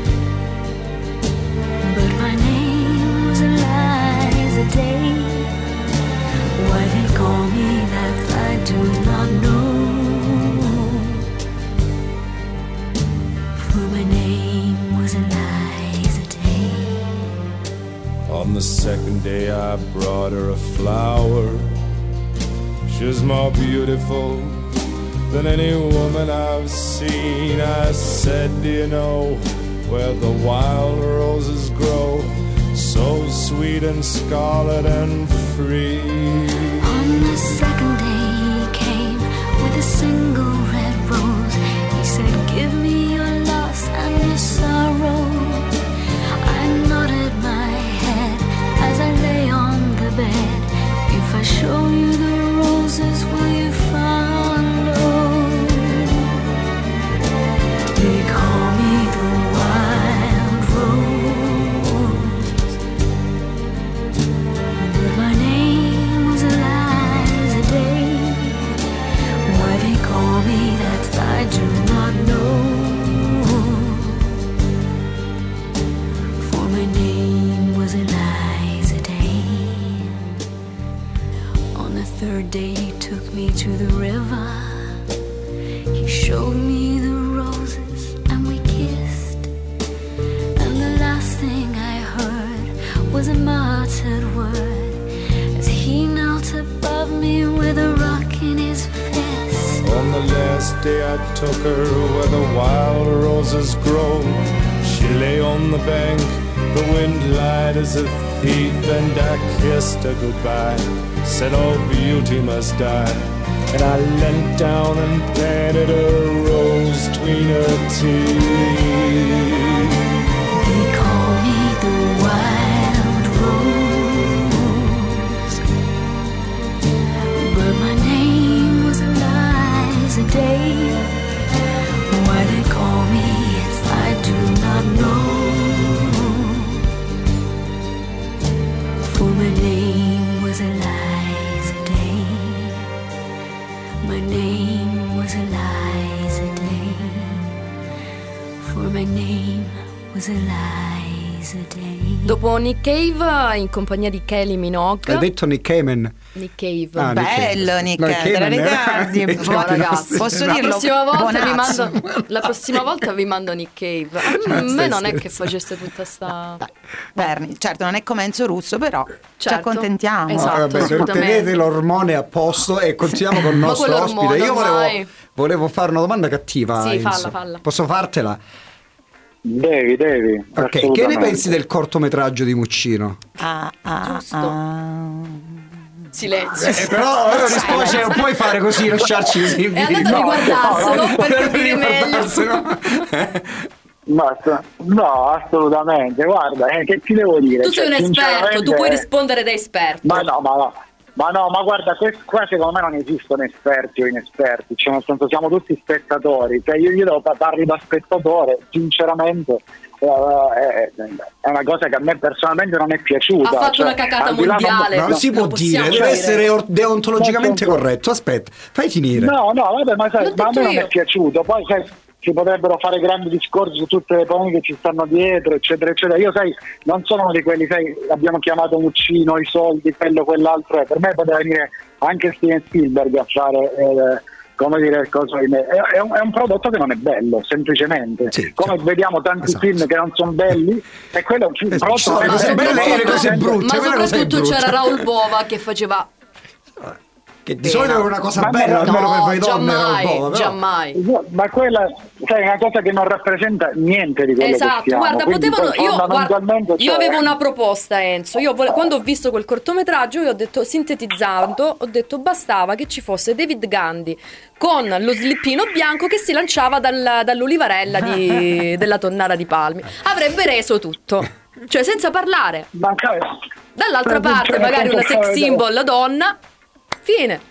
G: but my name was Eliza Day. Why they call me that I do not know. For my name was Eliza Day.
E: On the second day I brought her a flower. She was more beautiful than any woman I've seen. I said, do you know where the wild roses grow? So sweet and scarlet and free.
G: On the second day he came with a single red rose. He said, give me your loss and your sorrow. I nodded my head as I lay on the bed. If I show you the roses, will you follow? They call me the wild rose, but my name was Eliza Day. Why they call me that I do not know. For my name was Eliza Day. On the third day he took me to the river. He showed me the roses and we kissed. And the last thing I heard was a muttered word as he knelt above me with a rock in his fist.
E: On the last day I took her where the wild roses grow. She lay on the bank, the wind lied as a thief, and I kissed her goodbye, said all beauty must die. And I leant down and planted a rose between her teeth.
G: They call me the wild rose, but my name was Eliza name was Eliza Day.
B: Dopo Nick Cave in compagnia di Kylie Minogue.
C: Hai detto Nick Cayman?
B: Nick Cave.
C: Ah,
F: Bello Nick,
C: No,
F: te la
C: Cayman, eh?
F: ricordi?
C: Eh,
F: Buon-
B: ragazzi,
F: posso
B: la
F: dirlo?
B: prossima volta vi
F: Buonazzo.
B: mando, la prossima volta vi mando Nick Cave. A me non è che faceste tutta sta.
F: Berni, certo non è come Enzo Russo, però ci
B: Certo.
F: accontentiamo.
B: Esatto,
C: Ah, vabbè,
B: assolutamente.
C: tenete l'ormone a posto e continuiamo con il
B: Ma
C: nostro
B: quell'ormone
C: ospite. Io volevo,
B: ormai.
C: volevo fare una domanda cattiva.
B: Sì,
C: Enzo.
B: falla, falla.
C: Posso fartela?
D: Devi, devi.
C: Ok, che ne
D: assolutamente.
C: pensi del cortometraggio di Muccino?
F: Ah, ah,
B: Giusto.
F: ah.
B: Silenzio.
C: Eh, però ora rispondi, cioè, non puoi fare così, lasciarci così.
B: È andato a riguardarselo per capire meglio.
D: Basta. No, assolutamente. Guarda, eh, che ti devo dire?
B: Tu sei un
D: Cioè,
B: esperto, tu
D: sinceramente-
B: puoi rispondere da esperto.
D: Ma no, ma no. Ma no, ma guarda, que- qua secondo me non esistono esperti o inesperti, cioè nel senso siamo tutti spettatori, cioè io, io devo pa- parli da spettatore, sinceramente eh, è una cosa che a me personalmente non è piaciuta.
B: Ha fatto
D: cioè,
B: una cacata
D: al di là non-
B: mondiale.
C: Non si può
B: Lo possiamo
C: dire, deve
B: dire.
C: essere or- deontologicamente
D: No,
C: corretto. Aspetta, fai finire.
D: No, no, vabbè, ma sai,
B: L'ho
D: ma a
B: detto
D: me non
B: io.
D: è piaciuto. Poi sai, si potrebbero fare grandi discorsi su tutte le polemiche che ci stanno dietro, eccetera, eccetera. Io sai, non sono uno di quelli, sai, abbiamo chiamato Muccino, i soldi, quello, quell'altro. Eh. Per me poteva venire anche Steven Spielberg a fare, eh, come dire, cosa di me. È, è, un, è un prodotto che non è bello, semplicemente.
C: Sì,
D: come
C: sì.
D: vediamo tanti
C: Esatto.
D: film che non sono belli, e quello è un film
C: Eh,
D: prodotto
C: ci sono
D: che
C: le
D: non
C: cose
D: è
C: belle e le
D: bello.
C: cose brutte.
B: Ma
C: quella cosa è
B: soprattutto
C: brutta.
B: c'era Raul Bova che faceva
C: Che di solito è una cosa
D: Ma
C: bella,
D: no,
C: almeno per voi
B: no,
C: donne era un
B: giammai,
C: po', però-
B: giammai.
D: Ma quella sai, è una cosa che non rappresenta niente di quello che
B: Esatto,
D: siamo.
B: guarda,
D: Quindi,
B: potevano.
D: poi,
B: Io, guarda,
D: fondamentalmente,
B: io
D: cioè-
B: avevo una proposta, Enzo. Io vole- quando ho visto quel cortometraggio, io ho detto, sintetizzando, ho detto bastava che ci fosse David Gandhi con lo slippino bianco che si lanciava dal- dall'olivarella di- della tonnara di palmi. Avrebbe reso tutto, cioè senza parlare.
D: Ma sai,
B: Dall'altra
D: cioè,
B: parte,
D: nel
B: magari
D: senso,
B: una sex
D: cioè,
B: symbol donna. Fine.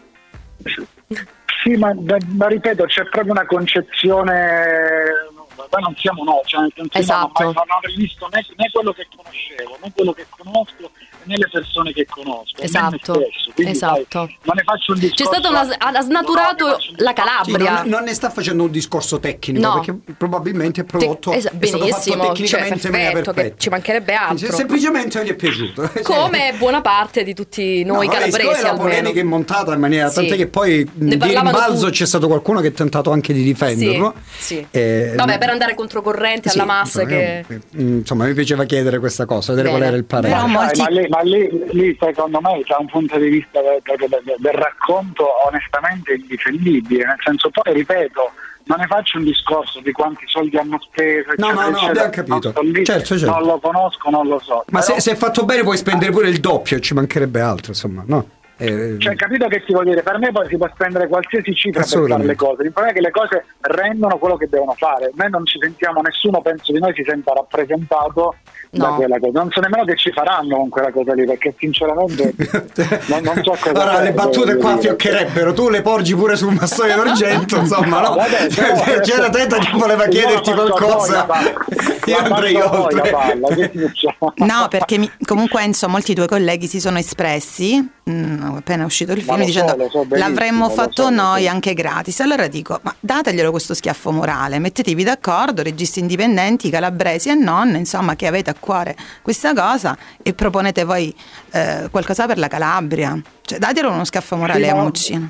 D: Sì, ma, ma ripeto, c'è proprio una concezione. Ma non siamo noi, cioè nel senso,
B: Esatto.
D: io non, non avrei visto né, né quello che conoscevo, né quello che conosco, né le persone che conosco. né
B: Esatto,
D: me stesso. Quindi,
B: esatto.
D: sai, non ne faccio un discorso.
B: C'è stata una, ha snaturato
D: no, ne faccio un
B: la
C: Sì,
B: Calabria.
C: non, non ne sta facendo un discorso tecnico,
B: No.
C: perché probabilmente il prodotto
B: Te- esa-
C: è stato
B: benissimo,
C: fatto tecnicamente
B: cioè,
C: in maniera
B: perfetto, che
C: perfetta.
B: ci mancherebbe altro.
C: Se- semplicemente non gli è piaciuto.
B: Come buona parte di tutti noi
C: No, vabbè,
B: calabresi
C: siccome la
B: almeno.
C: polemica è montata in maniera
B: Sì.
C: tant'è che poi
B: Ne
C: di
B: parlavano
C: rimbalzo
B: tutti.
C: c'è stato qualcuno che ha tentato anche di difenderlo.
B: Sì, sì.
C: Eh,
B: Vabbè, per andare controcorrente
C: sì,
B: alla massa
C: insomma,
B: che...
C: io- insomma mi piaceva chiedere questa cosa, vedere
B: Bene.
C: qual era il parere.
F: Però
D: Ma,
F: molti-
D: ma, lì, ma lì, lì, secondo me da un punto di vista del, del- del- del racconto onestamente indifendibile, nel senso, poi ripeto, non ne faccio un discorso di quanti soldi hanno speso,
C: No,
D: eccetera,
C: no, no,
D: eccetera.
C: abbiamo capito.
D: Non sto lì,
C: Certo, certo.
D: non lo conosco, non lo so.
C: Ma
D: Però-
C: se, se è fatto bene puoi spendere pure il doppio, ci mancherebbe altro, insomma, no? Eh,
D: Cioè, capito che ti vuol dire? Per me poi si può spendere qualsiasi cifra per fare
C: Assolutamente.
D: le cose. Il problema è che le cose rendono quello che devono fare. Noi non ci sentiamo, nessuno penso di noi si senta rappresentato da
B: No.
D: quella cosa. Non so nemmeno che ci faranno con quella cosa lì, perché sinceramente non, non so cosa
C: Ora
D: fare,
C: le battute
D: voglio
C: qua
D: dire.
C: fioccherebbero, tu le porgi pure sul mastoio d'argento, insomma, no?
D: Vabbè, però-
C: C'era Teta che voleva
D: Io
C: chiederti
D: la faccio
C: qualcosa.
D: a voi, la palla.
C: Io
D: La
C: andrei
D: faccio a voi,
C: oltre.
D: la palla, che diciamo?
F: No, perché mi- comunque Enzo, molti tuoi colleghi si sono espressi mh, appena è uscito il
D: Ma
F: film
D: lo so,
F: dicendo
D: lo so benissimo,
F: l'avremmo
D: lo
F: fatto
D: so, lo
F: noi
D: so.
F: anche gratis. Allora dico, ma dateglielo questo schiaffo morale, mettetevi d'accordo, registi indipendenti, calabresi e non, insomma, che avete a cuore questa cosa e proponete voi eh, qualcosa per la Calabria. Cioè, datelo uno schiaffo morale
D: Sì,
F: a
D: no.
F: Muccino.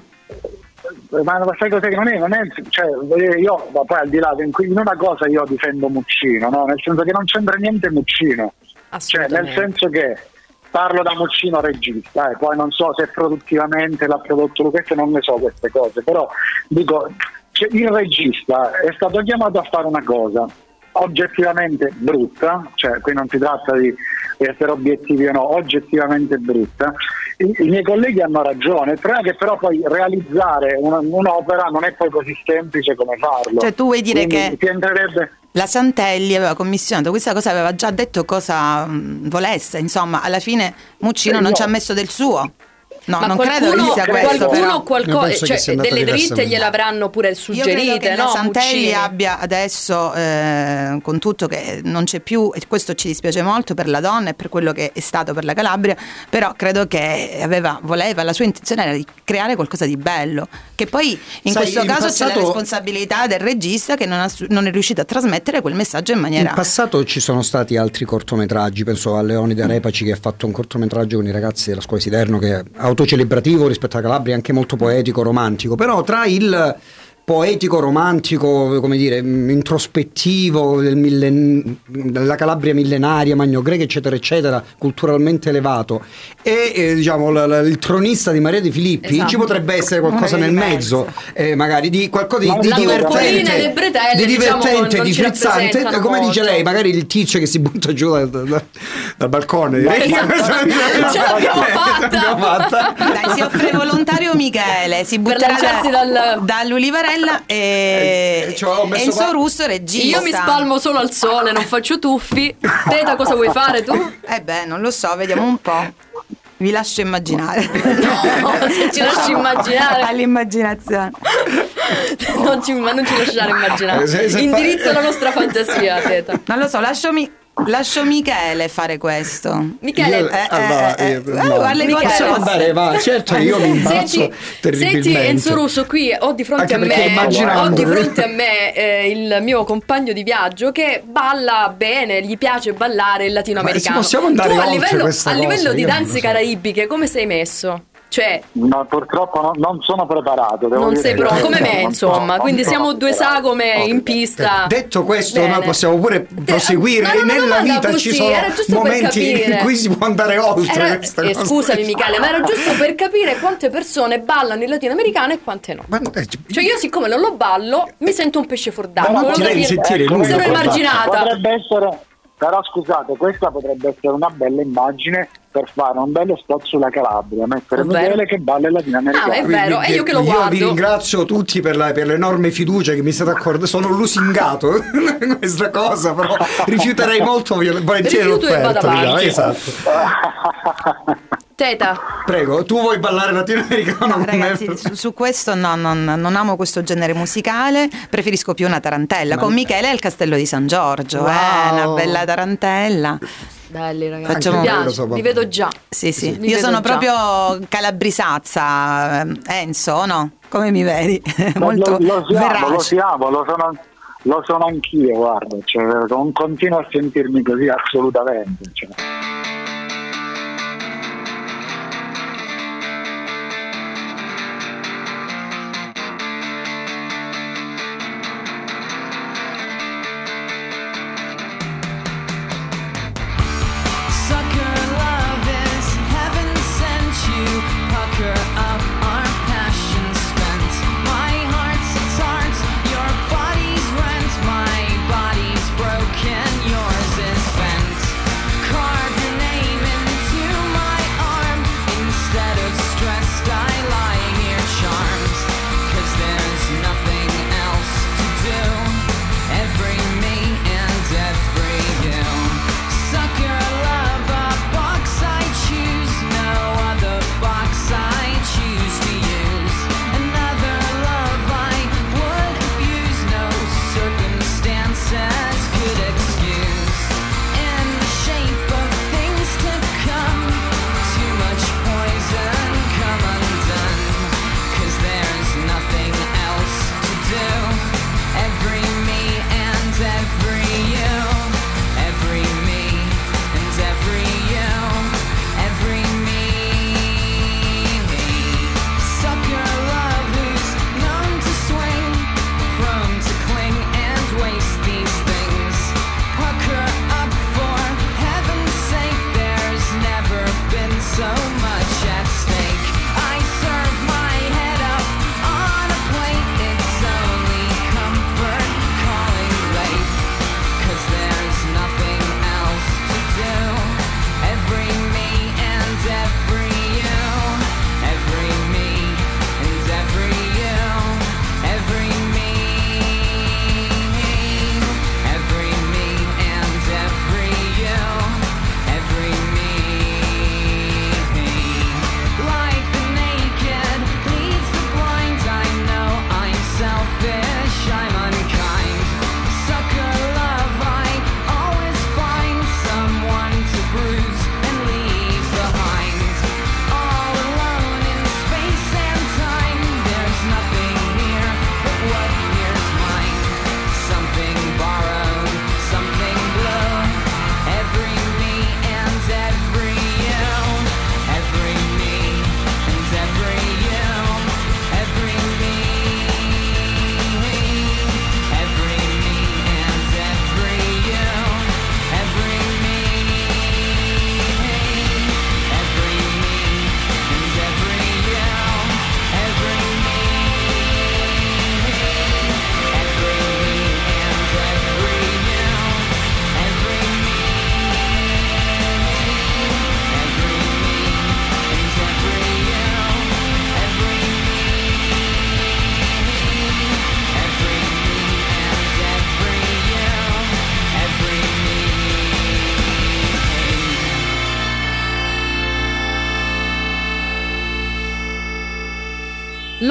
D: Ma ma sai cos'è che non è? Non è cioè, voglio dire, io, ma poi al di là, in cui- in una cosa io difendo Muccino, no? Nel senso che non c'entra niente Muccino. Cioè, nel
B: Assolutamente.
D: senso che parlo da Muccino regista, eh, poi non so se produttivamente l'ha prodotto lui, queste non ne so queste cose, però dico, cioè, il regista è stato chiamato a fare una cosa oggettivamente brutta, cioè qui non si tratta di essere obiettivi o no, oggettivamente brutta. I, i miei colleghi hanno ragione, il problema è che però poi realizzare una- un'opera non è poi così semplice come farlo.
F: Cioè, tu vuoi dire
D: Quindi
F: che-
D: ti entrerebbe...
F: La Santelli aveva commissionato questa cosa, aveva già detto cosa mh, volesse, insomma, alla fine Muccino
D: Sì,
F: non
D: no.
F: ci ha messo del suo. no,
B: Ma
F: non
B: qualcuno,
F: credo che sia questo,
B: qualcuno
F: però.
C: Io
B: qualco-
C: penso che
B: cioè,
C: sia andato
B: delle dritte
C: diversamente.
B: gliel'avranno pure
F: Io credo
B: suggerite,
F: che
B: no?
F: la Santelli
B: Muccini.
F: abbia adesso, eh, con tutto che non c'è più, e questo ci dispiace molto per la donna e per quello che è stato per la Calabria, però credo che aveva, voleva, la sua intenzione era di creare qualcosa di bello, che poi in
C: Sai,
F: questo
C: in
F: caso c'è
C: passato-
F: la responsabilità del regista che non, ha, non è riuscito a trasmettere quel messaggio in maniera...
C: In passato ci sono stati altri cortometraggi, penso a Leonide Repaci che ha fatto un cortometraggio con i ragazzi della scuola Siderno che è autocelebrativo rispetto alla Calabria, anche molto poetico, romantico, però tra il poetico, romantico, come dire, introspettivo del millen- della Calabria millenaria, magno-greca, eccetera, eccetera, culturalmente elevato, e eh, diciamo l- l- il tronista di Maria De Filippi,
B: Esatto.
C: ci potrebbe essere qualcosa
F: Non è
C: nel
F: diverso.
C: mezzo, eh, magari di qualcosa di, di
D: La
C: divertente,
B: Topolina e le bretelle,
C: di
B: diciamo,
C: divertente,
B: non
C: di
B: ci
C: frizzante,
B: rappresentano
C: come dice
B: molto.
C: lei, magari il tizio che si butta giù dal, dal- dal balcone.
B: Esatto. Ce l'abbiamo fatta.
C: L'abbiamo fatta.
F: Dai, si offre volontario Michele, si
B: Per
F: butterà
B: lanciarsi
F: da-
B: dal-
F: dall'Ulivarella e
C: Eh, ci ho messo
F: Enzo
C: qua-
F: Russo regista.
B: Io mi spalmo solo al sole, non faccio tuffi. Teta, cosa vuoi fare tu?
F: Eh beh, non lo so, vediamo un po'. Vi lascio immaginare.
B: No, se ci lasci immaginare.
F: All'immaginazione.
B: Non ci, ma non ci lasciare immaginare.
C: Eh, se- se fa-
B: Indirizza la nostra fantasia, Teta.
F: Non lo so, lascio, mi- lascio Michele fare questo.
B: Michele,
C: Io-
F: eh,
C: allora,
F: eh,
C: io-
F: eh,
C: no,
F: guarda le
B: Michele.
F: cose
C: possiamo andare, va, certo io mi imbarazzo
B: Senti,
C: terribilmente.
B: senti Enzo Russo, qui ho di fronte
C: Anche
B: a
C: perché
B: me,
C: immaginando-
B: ho di fronte a me eh, il mio compagno di viaggio che balla bene, gli piace ballare il latinoamericano.
C: Ma si possiamo andare
B: tu a
C: oltre
B: livello,
C: questa
B: a livello
C: cosa?
B: di
C: Io non lo
B: danze
C: so.
B: caraibiche come sei messo? Cioè,
D: No, purtroppo no- non sono preparato. Devo
B: non
D: dire
B: sei
D: che-
B: pronto come
D: no,
B: me,
D: non
B: insomma.
D: sono-
B: Quindi
D: non
B: siamo
D: sono
B: due
D: preparato.
B: sagome
D: Ok.
B: in pista.
C: Detto questo,
B: Bene.
C: noi possiamo pure
B: Te-
C: proseguire.
B: ma non una
C: Nella
B: domanda
C: vita
B: così,
C: ci sono
B: era giusto per
C: momenti in
B: capire.
C: cui si può andare oltre
B: Era-
C: questa
B: eh,
C: cosa.
B: scusami Michele, ma era giusto per capire quante persone ballano il latinoamericano e quante no.
C: Ma, eh,
B: Cioè io siccome non lo ballo mi sento un pesce fuor d'acqua.
C: Ma
B: volevo
C: ti devi
B: dire-
C: sentire lui,
B: sono
C: lo guarda.
B: emarginata.
D: Potrebbe essere, però scusate, questa potrebbe essere una bella immagine per fare un bello spot sulla Calabria, mettere
B: Ovvero?
D: Michele che balla il latinoamericano.
B: Ah, è vero, e io che lo
C: Io
B: guardo.
C: vi ringrazio tutti per, la- per l'enorme fiducia che mi state accordando. Sono lusingato in questa cosa, però rifiuterei molto volentieri
B: Rifiuto e vado
C: l'offerta.
B: avanti.
C: diciamo, esatto.
B: Teta,
C: Prego, tu vuoi ballare latinoamericano?
F: No, ragazzi, su, su questo no, non, non amo questo genere musicale, preferisco più una tarantella. Con Michele al Castello di San Giorgio,
C: Wow.
F: eh, una bella tarantella.
B: belli ragazzi,
F: Facciamo-
B: mi
C: Anche
B: piace,
C: quello so,
B: li vedo già.
F: Sì, sì,
B: Mi
F: io
B: vedo
F: sono
B: già.
F: proprio calabrisazza, eh, Enzo, no? Come mi vedi?
D: Ma
F: Molto
D: lo, lo siamo, lo
F: verace.
D: siamo, lo sono, lo sono anch'io, guarda, cioè, non continuo a sentirmi così assolutamente. Cioè.
H: Sucker love is heaven sent you. Pucker up our passion spent. My heart's its heart, your body's rent. My body's broken, yours is bent. Carve your name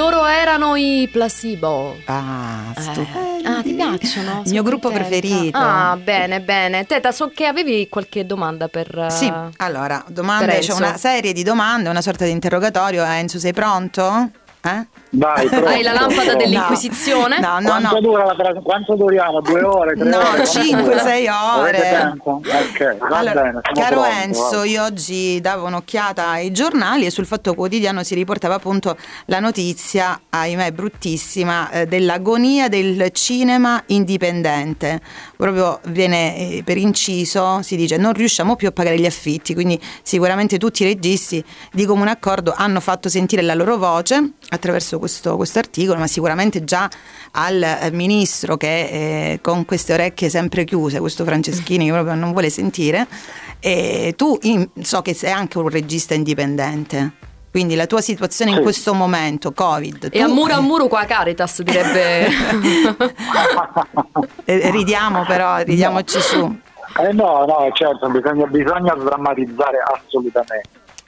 B: Loro erano i Placebo.
F: Ah,
B: Eh,
F: stupendo.
B: Ah, ti piacciono?
F: Il mio
B: Sono
F: gruppo
B: contenta.
F: preferito.
B: Ah, bene, bene. Teta, so che avevi qualche domanda per... eh,
F: Sì, allora, domande,
B: per
F: c'è
B: Enzo.
F: una serie di domande, una sorta di interrogatorio. Enzo, sei pronto? Eh?
D: Vai, pronto,
B: Hai la lampada
D: pronto.
B: dell'Inquisizione?
F: No, no,
D: Quanto
F: no.
D: dura la tra- quanto duriamo? Due ore, tre
F: No,
D: ore? Quanto
F: cinque,
D: dura?
F: sei ore.
D: Avete tempo? Ok, va
F: Allora,
D: bene, sono
F: caro
D: pronto,
F: Enzo,
D: vai.
F: io oggi davo un'occhiata ai giornali e sul Fatto Quotidiano si riportava appunto la notizia, ahimè bruttissima, eh, dell'agonia del cinema indipendente. Proprio viene eh, per inciso, si dice non riusciamo più a pagare gli affitti, quindi sicuramente tutti i registi di comune accordo hanno fatto sentire la loro voce attraverso questo articolo, ma sicuramente già al eh, ministro che eh, con queste orecchie sempre chiuse, questo Franceschini che proprio non vuole sentire. E tu in- so che sei anche un regista indipendente, quindi la tua situazione in
D: Sì.
F: questo momento Covid
B: E
F: tu-
B: a muro a muro qua Caritas direbbe...
F: Eh, ridiamo però, ridiamoci su.
D: Eh no, no, certo, bisogna, bisogna sdrammatizzare assolutamente.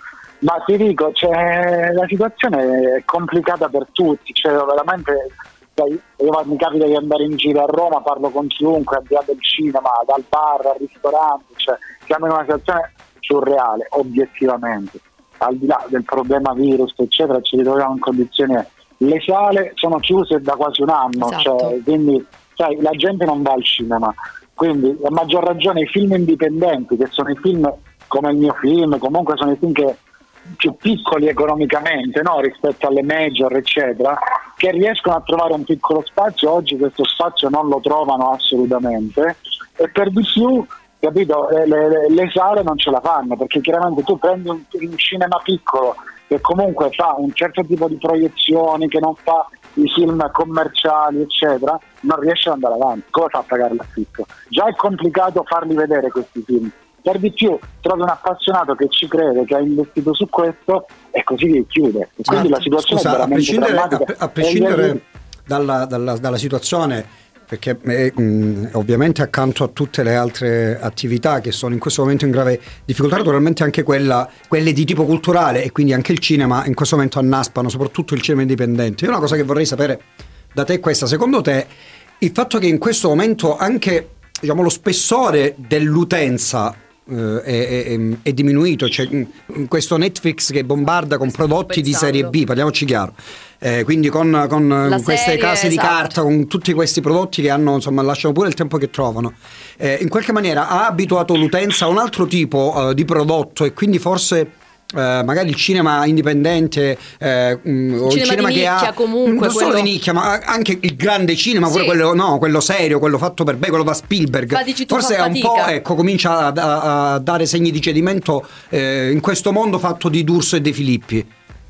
D: Ma ti dico, cioè, la situazione è complicata per tutti, cioè veramente sai, io mi capita di andare in giro a Roma, parlo con chiunque, al di là del cinema, dal bar al ristorante, cioè siamo in una situazione surreale, obiettivamente. Al di là del problema virus, eccetera, ci ritroviamo in condizioni. Le sale sono chiuse da quasi un anno,
B: Esatto.
D: cioè, quindi sai, la gente non va al cinema. Quindi a maggior ragione i film indipendenti, che sono i film come il mio film, comunque sono i film che più piccoli economicamente, no? Rispetto alle major eccetera, che riescono a trovare un piccolo spazio. Oggi questo spazio non lo trovano assolutamente, e per di più, capito, le, le, le sale non ce la fanno, perché chiaramente tu prendi un, un cinema piccolo che comunque fa un certo tipo di proiezioni, che non fa i film commerciali eccetera, non riesce ad andare avanti. Come fa a pagare l'affitto? Già è complicato farli vedere questi film, per di più trovi un appassionato che ci crede, che ha investito su questo, e così chiude. E quindi la situazione
C: Scusa,
D: è
C: a
D: veramente
C: prescindere, a,
D: drammatica.
C: pre- a prescindere dalla, dalla, dalla situazione, perché eh, mh, ovviamente accanto a tutte le altre attività che sono in questo momento in grave difficoltà, naturalmente anche quella, quelle di tipo culturale, e quindi anche il cinema in questo momento annaspano, soprattutto il cinema indipendente. Io una cosa che vorrei sapere da te è questa: secondo te il fatto che in questo momento anche, diciamo, lo spessore dell'utenza eh, è, è, è diminuito, c'è mh, questo Netflix che bombarda con prodotti di serie B, parliamoci chiaro, eh, quindi con, con
B: La
C: queste
B: serie,
C: case di
B: esatto.
C: carta, con tutti questi prodotti che hanno, insomma, lasciano pure il tempo che trovano, eh, in qualche maniera ha abituato l'utenza a un altro tipo eh, di prodotto, e quindi forse eh, magari il cinema indipendente eh, mh, o il
B: cinema
C: cinema
B: di
C: che
B: nicchia
C: ha
B: comunque,
C: non solo
B: quello-
C: di nicchia, ma anche il grande cinema, pure
B: Sì.
C: quello, no, quello serio, quello fatto per bene, quello da Spielberg,
B: Fa, dici tu,
C: forse
B: fa
C: è un po',
B: fatica.
C: ecco, comincia a, a- a dare segni di cedimento eh, in questo mondo fatto di D'Urso e De Filippi.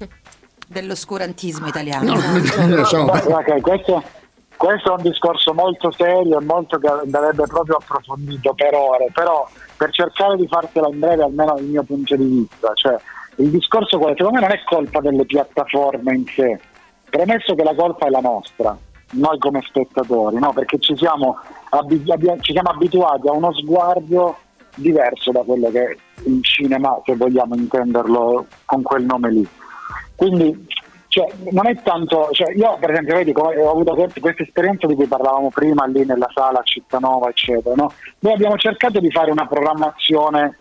F: Dell'oscurantismo italiano.
C: Insomma,
D: Beh, ok, questo, questo è un discorso molto serio e molto che andrebbe proprio approfondito per ore, però per cercare di fartela in breve, almeno il mio punto di vista, cioè il discorso qual è? Secondo me non è colpa delle piattaforme in sé, premesso che la colpa è la nostra, noi come spettatori, no? Perché ci siamo, abi- abbi- ci siamo abituati a uno sguardo diverso da quello che è il cinema, se vogliamo intenderlo con quel nome lì. Quindi cioè, non è tanto, cioè, io per esempio vedi, come ho avuto questa, questa esperienza di cui parlavamo prima lì nella sala a Cittanova eccetera, no? Noi abbiamo cercato di fare una programmazione,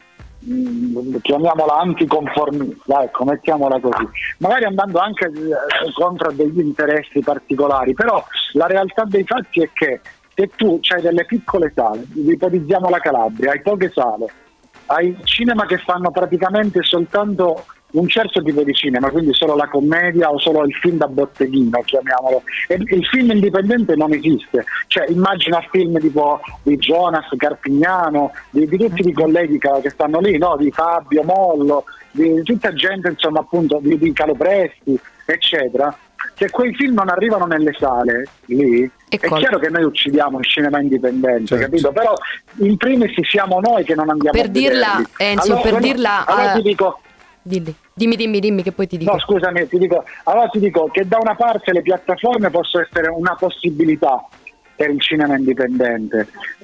D: mh, chiamiamola anticonformista, ecco, mettiamola così, magari andando anche eh, contro degli interessi particolari, però la realtà dei fatti è che se tu hai delle piccole sale, ipotizziamo la Calabria, hai poche sale, hai cinema che fanno praticamente soltanto un certo tipo di cinema, quindi solo la commedia o solo il film da botteghino, chiamiamolo, e il film indipendente non esiste, cioè immagina film tipo di Jonas, Carpignano, di, di tutti i colleghi che, che stanno lì, no? Di Fabio Mollo, di tutta gente, insomma, appunto di, di Calopresti eccetera. Se quei film non arrivano nelle sale lì, è
B: Ecco.
D: chiaro che noi uccidiamo il cinema indipendente,
C: Certo.
D: capito? Però in primis siamo noi che non andiamo
B: Per
D: a
B: dirla,
D: vederli.
B: Enzo,
D: Allora,
B: per
D: quello-
B: dirla,
D: allora
B: eh,
D: ti dico,
B: Dilli. Dimmi, dimmi, dimmi che poi ti dico.
D: no scusami, ti dico, allora ti dico che da una parte le piattaforme possono essere una possibilità per il cinema indipendente,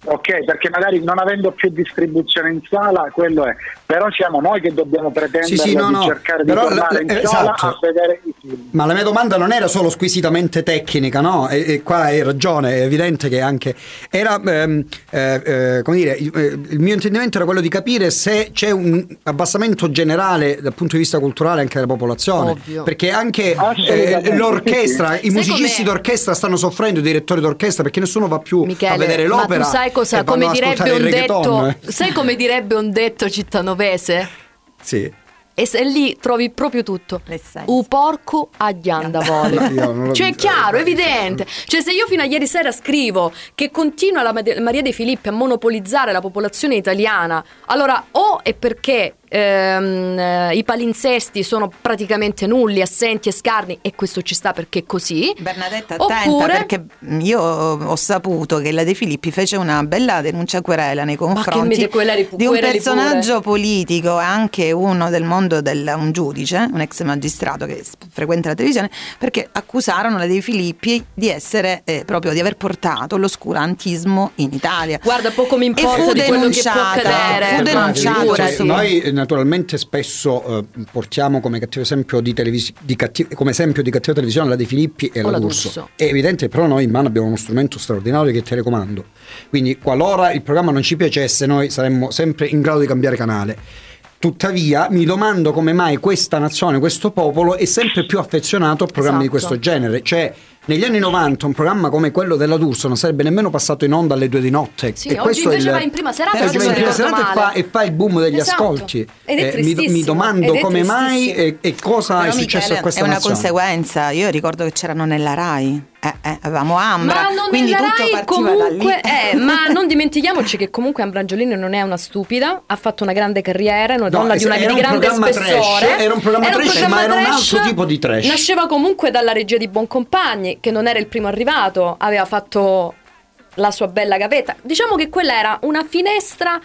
D: ok, perché magari non avendo più distribuzione in sala, quello è, però siamo noi che dobbiamo pretendere
C: Sì, sì, no,
D: di
C: no.
D: cercare
C: Però
D: di tornare
C: la-
D: in
C: eh,
D: sala
C: esatto.
D: a vedere i film.
C: Ma la mia domanda non era solo squisitamente tecnica, no? E, e qua hai ragione, è evidente che anche era ehm, eh, eh, come dire, il, eh, il mio intendimento era quello di capire se c'è un abbassamento generale dal punto di vista culturale anche della popolazione.
B: Ovvio.
C: Perché anche
D: Assolutamente,
C: eh, l'orchestra,
D: sì,
C: i
B: Sai
C: musicisti
B: com'è?
C: d'orchestra stanno soffrendo, i direttori d'orchestra, perché nessuno va più
B: Michele,
C: a vedere
B: ma
C: l'opera.
B: tu sai cosa,
C: e vanno
B: come
C: ad
B: direbbe
C: ascoltare
B: un
C: il reggaeton,
B: detto,
C: eh.
B: sai come direbbe un detto cittanovese?
C: Sì.
B: E se lì trovi proprio tutto.
F: L'essenza.
B: U porco a ghianda
C: No,
B: vole.
C: io non l'ho
B: Cioè è
C: visto,
B: chiaro,
C: eh,
B: evidente. Cioè se io fino a ieri sera scrivo che continua la Mad- Maria De Filippi a monopolizzare la popolazione italiana, allora o è perché ehm, eh, i palinsesti sono praticamente nulli, assenti e scarni, e questo ci sta perché è così.
F: Bernadetta, attenta,
B: Oppure-
F: perché io ho saputo che la De Filippi fece una bella denuncia querela nei
B: che mi
F: confronti
B: de- quereli-
F: di un
B: quereli
F: personaggio politico, anche uno del mondo del un giudice, un ex magistrato che s- frequenta la televisione, perché accusarono la De Filippi di essere eh, proprio di aver portato l'oscurantismo in Italia.
B: Guarda, poco mi
F: E
B: importa
F: fu
B: di quello che può
F: denunciata,
B: accadere.
F: fu denunciata,
B: Figurati.
F: questo-
C: Noi eh, naturalmente spesso eh, portiamo come cattivo esempio di, televisi- di cattiv- come esempio di cattiva televisione la De Filippi e
B: O
C: la
B: la
C: D'Urso.
B: D'Urso.
C: È evidente, però noi in mano abbiamo uno strumento straordinario che è il telecomando. Quindi qualora il programma non ci piacesse, noi saremmo sempre in grado di cambiare canale. Tuttavia mi domando come mai questa nazione, questo popolo è sempre più affezionato a programmi di
B: Esatto.
C: questo genere. Cioè negli anni novanta un programma come quello della D'Urso non sarebbe nemmeno passato in onda alle due di notte.
B: Sì,
C: e
B: oggi
C: questo è
B: invece
C: il-
B: va in prima serata,
C: Oggi
F: se
C: va in
F: non
C: prima
B: ricordo
C: serata e
B: male.
C: fa, e fa il boom degli
B: Esatto.
C: ascolti.
B: Ed è
C: Eh, mi, mi
B: tristissimo,
C: domando
B: ed è
C: come mai
B: tristissimo.
C: e, e cosa
F: Però
C: è successo
F: Michele,
C: a questa
F: è una
C: nazione.
F: conseguenza. Io ricordo che c'erano nella Rai, eh, eh, avevamo Ambra,
B: Ma non
F: quindi
B: nella
F: tutto
B: Rai,
F: partiva
B: comunque,
F: da lì.
B: eh, ma non dimentichiamoci che comunque Ambra Angiolini non è una stupida, ha fatto una grande carriera, è una
C: No,
B: donna di, una,
C: era
B: di
C: un
B: grande
C: programma
B: spessore.
C: trash, era un programma trash, ma era un altro tipo di trash.
B: Nasceva comunque dalla regia di Boncompagni, che non era il primo arrivato, aveva fatto la sua bella gavetta. Diciamo che quella era una finestra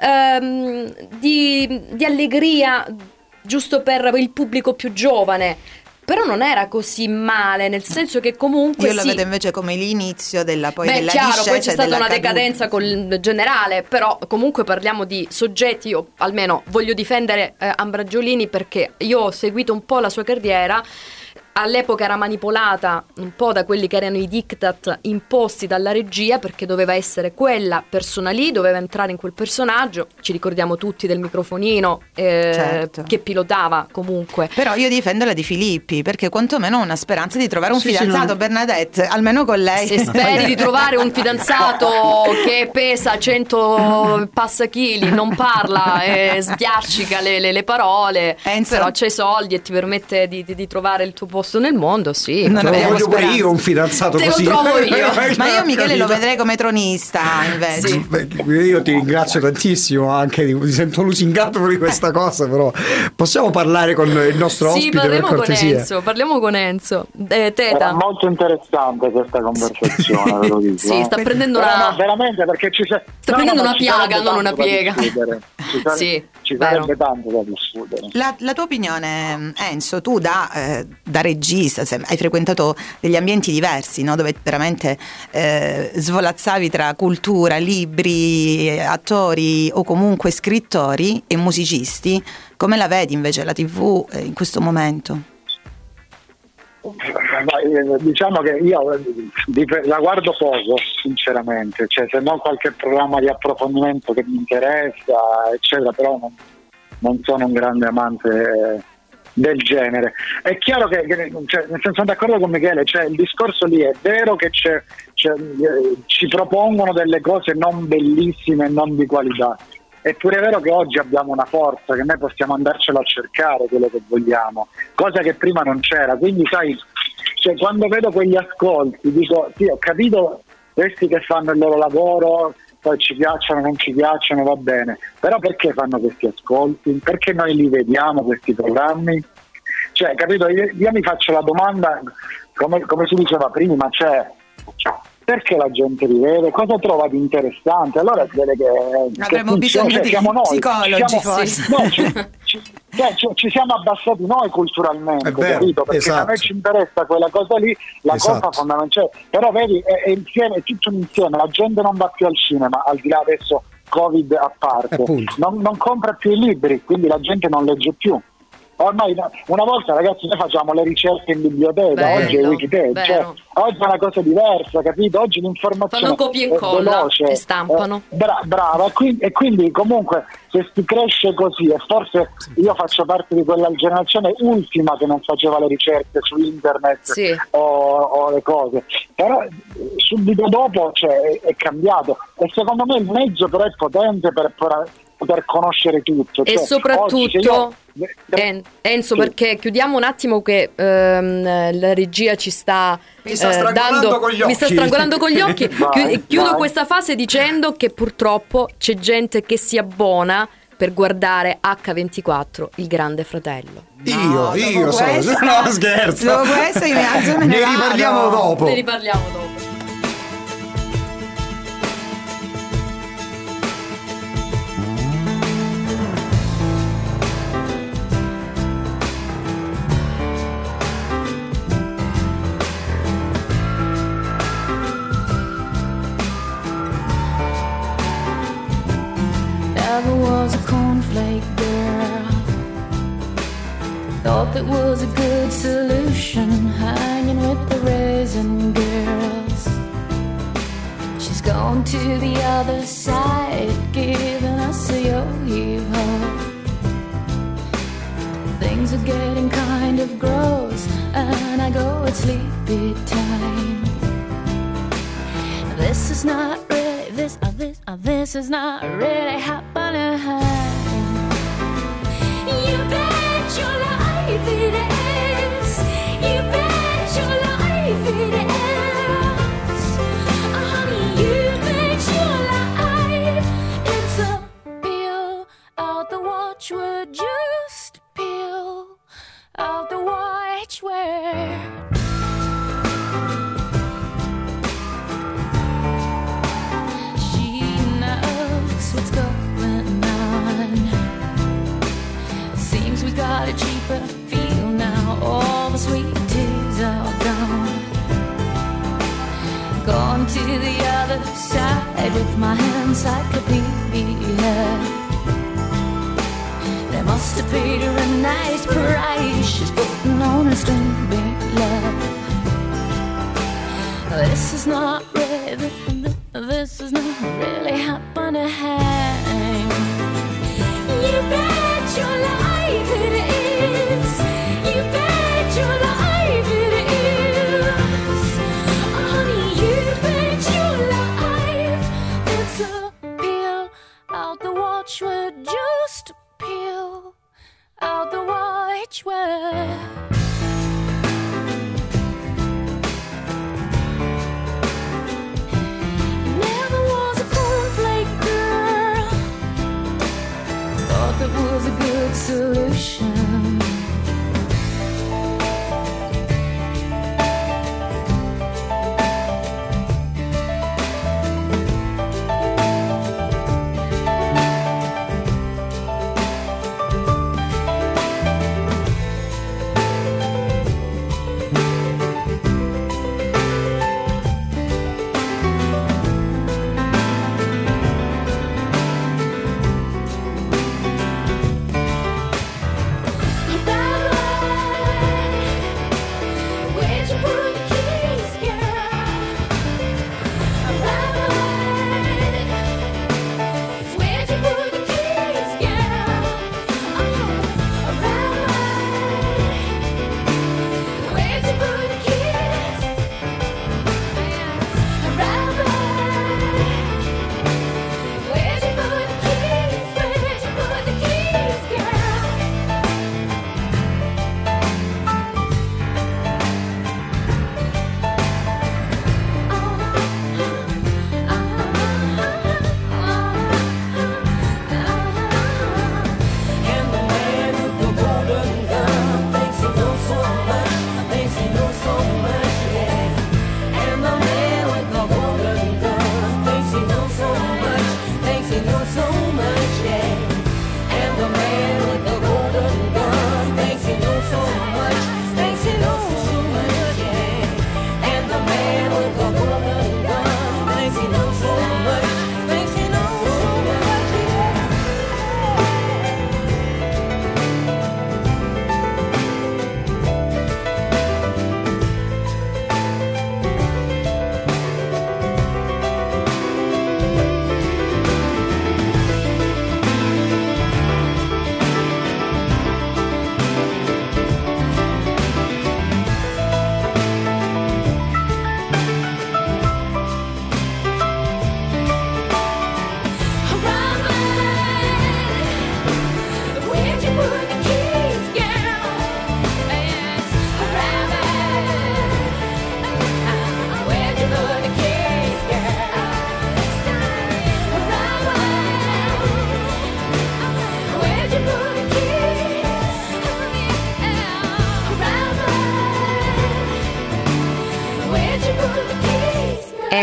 B: ehm, di, di allegria giusto per il pubblico più giovane. Però non era così male, nel senso che comunque
F: Io la
B: sì.
F: vedo invece come l'inizio della poi
B: Beh,
F: della
B: chiaro,
F: discesa
B: poi c'è
F: e
B: stata
F: della
B: una
F: caduta.
B: decadenza col generale, però comunque parliamo di soggetti, io almeno voglio difendere eh, Ambra Angiolini perché io ho seguito un po' la sua carriera. All'epoca era manipolata un po' da quelli che erano i diktat imposti dalla regia, perché doveva essere quella persona lì, doveva entrare in quel personaggio. Ci ricordiamo tutti del microfonino eh,
F: Certo.
B: che pilotava comunque.
F: Però io difendo la Di Filippi perché quantomeno ho una speranza di trovare un
C: Sì, sì,
F: fidanzato,
C: no.
F: Bernadette, almeno con lei.
B: Se speri di trovare un fidanzato che pesa cento passachili, non parla e sbiascica le, le- le parole,
F: Enzo.
B: però c'hai soldi e ti permette di, di- di trovare il tuo posto nel mondo, sì.
F: Non
C: Te lo
F: abbiamo
C: voglio pure
F: speranza.
C: io un fidanzato
B: Te lo
C: così.
B: trovo io.
F: Ma io Michele lo vedrei come tronista invece.
B: Sì.
C: Beh, io ti ringrazio tantissimo, anche di- mi sento lusingato per questa cosa, però possiamo parlare con il nostro
B: Sì,
C: ospite per
B: parliamo con
C: cortesia.
B: Enzo, parliamo con Enzo. Eh,
D: Era
B: Teta.
D: molto interessante questa conversazione, ve lo dico.
B: Sì,
D: eh.
B: sta prendendo
D: Però
B: una...
D: no, veramente perché ci sa-
B: Sta
D: no,
B: prendendo
D: no,
B: una
D: ci
B: piaga,
D: sarebbe
B: non una
D: tanto da
B: piega.
D: discutere. Ci, sare-
B: Sì,
D: ci
B: vero.
D: sarebbe tanto da discutere.
F: La, la tua opinione, Enzo, tu da, eh, da regista se- hai frequentato degli ambienti diversi, no? Dove veramente eh, svolazzavi tra cultura, libri, eh, attori o comunque scrittori e musicisti. Come la vedi invece la tivù eh, in questo momento?
D: Ma, eh, diciamo che io eh, dip- la guardo poco sinceramente, cioè se non qualche programma di approfondimento che mi interessa eccetera, però non, non sono un grande amante eh, del genere. È chiaro che, che cioè, nel senso, sono d'accordo con Michele, cioè, il discorso lì è vero che c'è, c'è, eh, ci propongono delle cose non bellissime e non di qualità. È pure vero che oggi abbiamo una forza, che noi possiamo andarcelo a cercare quello che vogliamo, cosa che prima non c'era. Quindi sai, cioè, quando vedo quegli ascolti dico sì, ho capito questi che fanno il loro lavoro, poi ci piacciono, non ci piacciono, va bene, però perché fanno questi ascolti? Perché noi li vediamo questi programmi? Cioè, capito? Io, io mi faccio la domanda, come, come si diceva prima, cioè perché la gente li vede? Cosa trova di interessante? Allora si vede che, che
F: Avremmo
D: funziona,
F: bisogno
D: cioè,
F: di
D: siamo noi,
F: psicologi,
D: siamo,
F: forse.
D: no, ci, ci, Cioè, ci, ci siamo abbassati noi culturalmente,
C: È vero,
D: capito? Perché
C: esatto.
D: a noi ci interessa quella cosa lì, la
C: Esatto.
D: cosa fondamentale. Però vedi, è, è insieme, è tutto un insieme, la gente non va più al cinema, al di là adesso Covid a parte,
C: Appunto.
D: non, non compra più i libri, quindi la gente non legge più. Ormai no- una volta, ragazzi, noi facciamo le ricerche in biblioteca,
B: Bello,
D: oggi è Wikipedia, cioè,
B: vero.
D: oggi è una cosa diversa, capito? Oggi l'informazione
B: Fanno copia e
D: è
B: incolla
D: veloce,
B: e stampano.
D: eh, bra- brava, e quindi, e quindi comunque se si cresce così, e forse io faccio parte di quella generazione ultima che non faceva le ricerche su internet
B: Sì.
D: o, o le cose, però eh, subito dopo, cioè, è, è cambiato, e secondo me il mezzo però è potente per, per poter conoscere tutto.
B: E
D: Cioè,
B: soprattutto,
D: oggi, se io-
B: En- Enzo,
D: Sì.
B: perché chiudiamo un attimo che ehm, la regia ci sta,
C: Mi sta
B: eh,
C: strangolando
B: dando,
C: con gli
B: mi sta
C: occhi.
B: strangolando con gli occhi.
D: Vai,
B: Chi- Chiudo
D: vai.
B: questa fase dicendo che purtroppo c'è gente che si abbona per guardare acca ventiquattro, il Grande Fratello.
C: Io,
F: No,
C: io
F: dopo
C: sono,
F: questa-
C: no scherzo.
F: dopo questa io mi alzo e me ne
C: ne
F: vado.
C: riparliamo dopo.
B: Ne riparliamo dopo.
G: Never was a cornflake girl. Thought that was a good solution, hanging with the raisin girls. She's gone to the other side, giving us a yo-yo. Things are getting kind of gross, and I go at sleepy time. This is not really, this, uh, this, uh, this is not really happening. You bet your life it is. You bet your life it is. Oh, honey, you bet your life it's a peel out the watchword. Just peel out the watchword. She knows what's going on. Seems we got a cheaper feel now. All the sweet teas are gone. Gone to the other side with my encyclopedia. They must have paid her a nice price. She's putting on a string big love. This is not really, this is not really happening. You bet your life it is. You bet your life it is. Honey, you bet your life it's a peel out the watchword. Just peel out the watchword. Never was a cornflake girl. Thought that was a good solution. You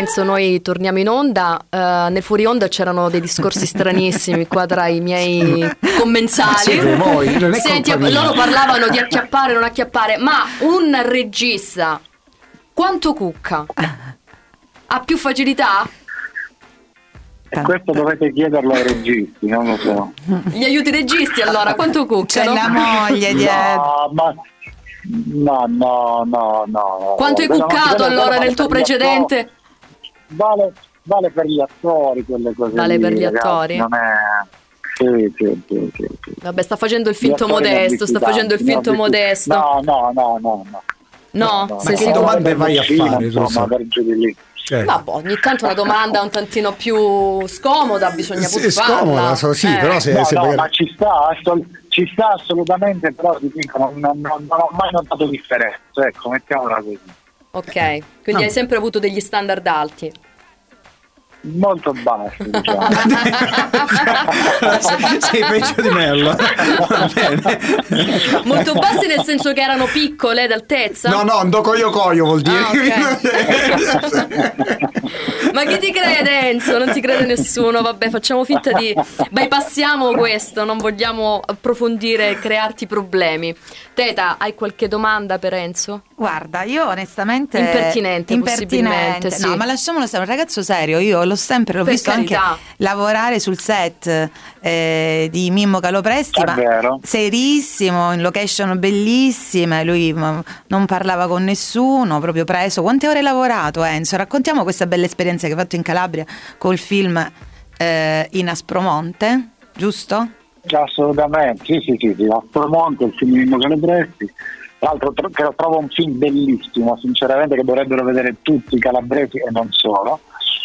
B: Enzo, noi torniamo in onda. Uh, nel fuori onda c'erano dei discorsi stranissimi qua tra i miei commensali.
C: Siete voi, non è
B: Senti,
C: colpa mia.
B: loro parlavano di acchiappare, non acchiappare, ma un regista quanto cucca? Ha più facilità?
D: E questo dovete chiederlo ai registi, non lo so.
B: Gli aiuti registi allora, quanto
F: C'è
B: cuccano?
F: la moglie dietro.
D: No, ma no, no, no, no.
B: Quanto hai
D: Però-
B: cuccato
D: però-
B: allora
D: però
B: nel tuo
D: per gli
B: precedente?
D: attori- Vale, vale per gli attori quelle cose.
B: Vale
D: lì,
B: per gli
D: ragazzi,
B: attori?
D: Non è. Sì, sì, sì, sì, sì.
B: Vabbè, sta facendo il
D: Gli
B: finto
D: attori ne ho
B: modesto, sta
D: visti
B: facendo il
D: tanti,
B: finto
D: ne ho visti-
B: modesto.
D: No, no, no, no, no.
B: No,
D: no,
B: sei
C: che
B: sicuro?
C: domande vai a
D: Vicino,
C: fare, tu
D: insomma,
C: so.
D: per giù di lì.
C: Certo.
B: Ma boh, ogni tanto una domanda un tantino più scomoda bisogna pur
C: Sì,
B: farla.
C: scomoda, so- sì,
B: Eh.
C: però se,
D: No,
C: se
D: no,
C: magari-
D: ma ci sta, assol- ci sta assolutamente, però ti dico, non, non- non- non ho mai notato differenza, ecco, mettiamola così.
B: Ok, quindi
C: No.
B: hai sempre avuto degli standard alti.
D: Molto basso, diciamo.
C: sei, sei peggio di me allora. Va bene.
B: Molto bassi nel senso che erano piccole d'altezza?
C: No, no, ando coio coio vuol dire.
B: Ah, Ma chi ti crede, Enzo? Non ti crede nessuno. Vabbè, facciamo finta di bypassiamo questo, non vogliamo approfondire e crearti problemi. Teta, hai qualche domanda per Enzo?
F: Guarda, io onestamente
B: Impertinente, possibilmente, sì.
F: No, ma lasciamolo stare, un ragazzo serio. Io l'ho sempre l'ho
B: Per
F: visto
B: carità.
F: anche lavorare sul set eh, di Mimmo Calopresti,
D: È
F: ma
D: vero.
F: serissimo, in location bellissime. Lui ma, non parlava con nessuno, proprio preso. Quante ore hai lavorato, Enzo? Raccontiamo questa bella esperienza che hai fatto in Calabria col film eh, In Aspromonte, giusto?
D: Assolutamente, sì, sì, sì, sì. Aspromonte, il film di Mimmo Calabresi. Tra l'altro tro- che lo trovo un film bellissimo, sinceramente, che dovrebbero vedere tutti i calabresi e non solo.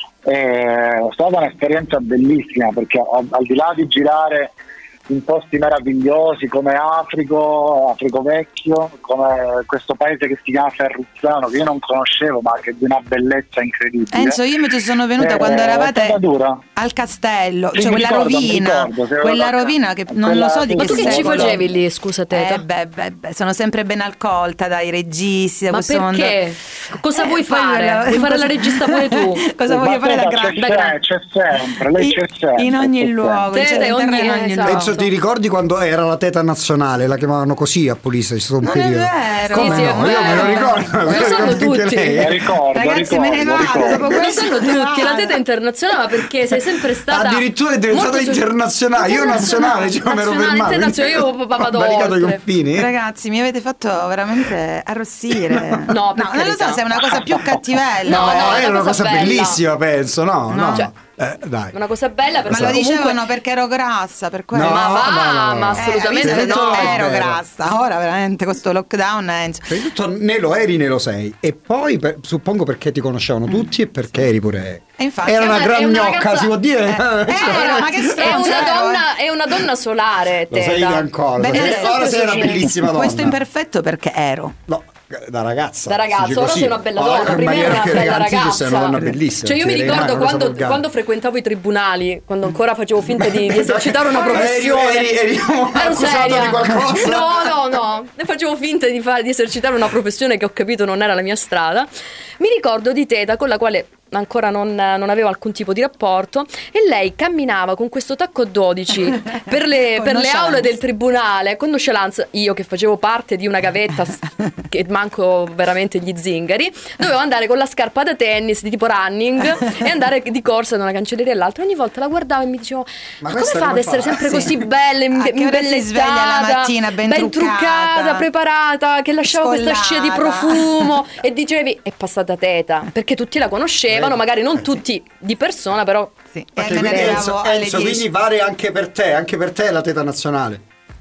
D: È stata un'esperienza bellissima perché al, al di là di girare in posti meravigliosi come Africo, Africo Vecchio, come questo paese che si chiama Ferruzzano, che io non conoscevo ma che è di una bellezza incredibile.
F: Enzo, io invece sono venuta
D: Eh,
F: quando
D: è
F: eravate
D: stata dura.
F: al castello,
D: Sì,
F: cioè
D: mi
F: quella
D: ricordo, mi
F: rovina,
D: ricordo, se
F: quella
D: avevo-
F: rovina che non
D: quella-
F: lo so di
B: Ma
F: che
B: tu che ci
F: secolo.
B: facevi lì, scusa Teta?
F: Eh, beh, beh, beh, sono sempre ben accolta dai registi, da
B: Ma
F: questo
B: perché?
F: mondo.
B: Cosa
F: Eh,
B: vuoi
F: poi
B: fare?
F: quello-
B: Vuoi fare la regista pure tu?
F: Cosa
D: Ma
F: voglio fare da
D: Teta,
F: grande?
D: c'è, se- c'è sempre, lei c'è sempre.
F: In ogni
D: c'è
F: luogo,
B: Teta
F: c'è
B: è
F: in
B: ogni-
F: terreno in ogni
B: esatto.
F: luogo.
C: Enzo, ti ricordi quando era la teta nazionale? La chiamavano così a Polizia, c'è stato un
F: Non è
C: periodo.
F: vero.
C: Come
B: Sì, sì,
C: no?
B: è
C: Io me lo
B: vero.
C: ricordo.
B: Lo
C: me lo
B: sanno
C: ricordi anche
B: tutti.
C: lei?
D: sempre. Ricordo,
F: Ragazzi, me ne
D: ricordo,
F: vado,
D: ricordo.
F: dopo
B: Lo
F: questo
B: sanno tutti, la Teta è internazionale, ma perché sei sempre stata
C: Addirittura è diventata
B: molto su-
C: internazionale. Io nazionale, cioè, me ero
B: Nazionale,
C: fermato.
B: internazionale, io vado
C: Ho varicato i
B: oltre.
C: confini.
F: Ragazzi, mi avete fatto veramente arrossire.
B: No, per
F: non lo so
B: carità.
F: se è una cosa più cattivella.
B: No,
F: o è-
B: no,
C: No,
B: è
C: era
B: una
C: una
B: cosa
C: cosa
B: bella.
C: bellissima, penso. No,
F: No.
C: no.
B: Cioè,
C: Eh, dai.
B: una cosa bella
F: Ma
B: perché
F: lo
B: comunque
F: dicevano perché ero grassa, per quello.
C: No,
B: ma va,
C: no, no, no, no.
B: ma assolutamente
F: Eh,
C: Questo
B: no.
C: non è
F: ero
C: vero.
F: grassa, ora veramente questo lockdown è...
C: Prima di tutto né lo eri né lo sei. E poi per- suppongo perché ti conoscevano tutti e perché eri pure.
F: E infatti
C: Era
F: è
C: una
F: una-
C: gran
B: è una
C: gnocca,
B: ragazza-
C: si può dire?
F: Eh, eh, ma che
B: È
F: stronzo,
B: una,
F: eh,
B: donna, è una donna solare,
C: Lo sei
B: Teta.
C: ancora.
F: Beh,
C: sei-
F: ed è
C: ora
B: sempre
C: sei una
B: così.
C: bellissima donna.
F: Questo imperfetto perché ero.
C: No, da ragazza.
B: Da ragazza,
C: si dice
B: ora
C: così.
B: sei una bella
C: Ora,
B: donna, prima
C: Maria
B: era una bella
C: Recanzi, tu sei una
B: ragazza.
C: donna bellissima.
B: Cioè io mi
C: ti
B: ricordo
C: rimane una cosa
B: quando,
C: volgare.
B: quando frequentavo i tribunali, quando ancora facevo finta di, di esercitare una
C: Eri-
B: professione.
C: eri- eri
B: Ero
C: accusato
B: seria.
C: di qualcosa?
B: No, no, no. Ne facevo finta di, fare, di esercitare una professione che ho capito non era la mia strada. Mi ricordo di Teta con la quale ancora non, non avevo alcun tipo di rapporto e lei camminava con questo tacco dodici per le,
F: Con
B: per le
F: nonchalance.
B: aule del tribunale con nonchalance. Io che facevo parte di una gavetta s- che manco veramente gli zingari, dovevo andare con la scarpa da tennis di tipo running e andare di corsa da una cancelleria all'altra. Ogni volta la guardavo e mi dicevo
C: Ma
B: ma come
C: questa
B: fa ad
C: come
B: essere
C: fa?"
B: sempre
F: Sì.
B: così bella,
F: A
B: imbe-
F: che ora si sveglia la
B: imbellettata,
F: mattina, ben
B: truccata,
F: truccata,
B: preparata, che lasciava questa scia di
F: scollata.
B: profumo e dicevi è passata Teta, perché tutti la conoscevano,
C: Eh,
B: magari non
C: eh,
B: tutti di persona, però
F: Sì.
C: Ma
F: E
C: che
F: me ne
C: quindi
F: andavo
C: Enzo,
F: alle
C: Enzo,
F: dieci.
C: quindi vale anche per te, anche per te la teta nazionale.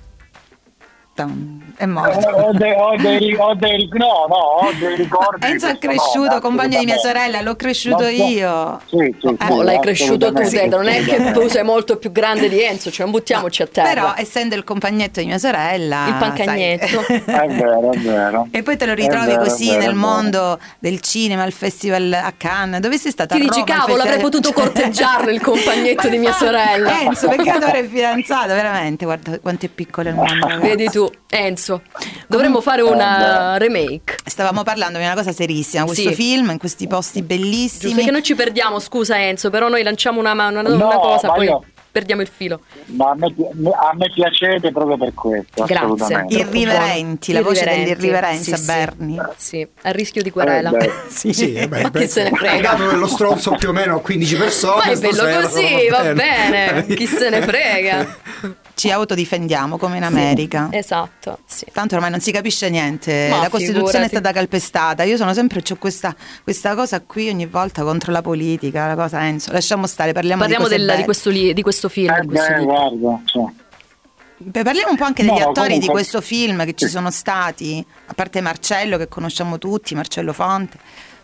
F: È morto.
D: Ho dei, ho dei, ho dei, no, no, ho dei ricordi.
F: Enzo è
D: di questo,
F: cresciuto,
D: no,
F: compagno di mia
D: assolutamente.
F: sorella, l'ho cresciuto
D: Non so-
F: io.
D: Sì, sì,
F: Eh,
D: sì,
B: oh, l'hai cresciuto tu,
D: assolutamente.
B: Teta, non è che tu sei molto più grande di Enzo, cioè non buttiamoci a terra.
F: Però essendo il compagnetto di mia sorella,
B: Il pancagnetto.
F: sai.
D: È vero, è vero.
F: E poi te lo
D: È
F: ritrovi
D: vero,
F: così
D: è vero,
F: nel
D: è vero.
F: mondo del cinema, al festival a Cannes. Dove sei stata?
B: Ti
F: A
B: dici,
F: Roma, al
B: cavolo, avrei
F: festival-
B: potuto corteggiarlo il compagnetto
F: Ma
B: di mia
F: infatti,
B: sorella.
F: Enzo, peccato ora è fidanzato, veramente, guarda quanto è piccolo il mondo. ragazzi.
B: Vedi tu, Enzo, dovremmo fare una remake.
F: Stavamo parlando di una cosa serissima, questo
B: Sì.
F: film in questi posti bellissimi.
B: Giusto, che noi ci perdiamo, scusa Enzo, però noi lanciamo una, una, una
D: No,
B: cosa,
D: ma
B: poi
D: io-
B: perdiamo il filo.
D: Ma a me, a me piacete proprio per questo.
B: Grazie.
D: Assolutamente.
F: Irriverenti, la voce
B: Irriverenti,
F: dell'irriverenza,
B: sì, sì.
F: Berni.
B: Sì, a rischio di querela.
D: Eh, beh.
C: Sì, sì, eh beh,
B: Ma chi se ne frega?
C: Hai dato dello stronzo più o meno a quindici persone.
B: Ma è bello
C: stasera,
B: così, va bene, chi se ne frega.
F: Ci autodifendiamo come in America.
B: Esatto, sì.
F: Tanto ormai non si capisce niente,
B: Ma
F: la Costituzione
B: figurati.
F: è stata calpestata. Io sono sempre, c'ho questa, questa cosa qui ogni volta contro la politica, la cosa Enzo. Lasciamo stare, parliamo,
B: Parliamo
F: di cose
B: del- di,
F: belle.
B: questo li- di questo film.
D: Eh,
B: questo
D: beh,
B: libro.
D: guarda, cioè.
F: Beh, parliamo un po' anche degli
D: No,
F: attori
D: comunque-
F: di questo film che ci sono stati, a parte Marcello che conosciamo tutti, Marcello Fonte.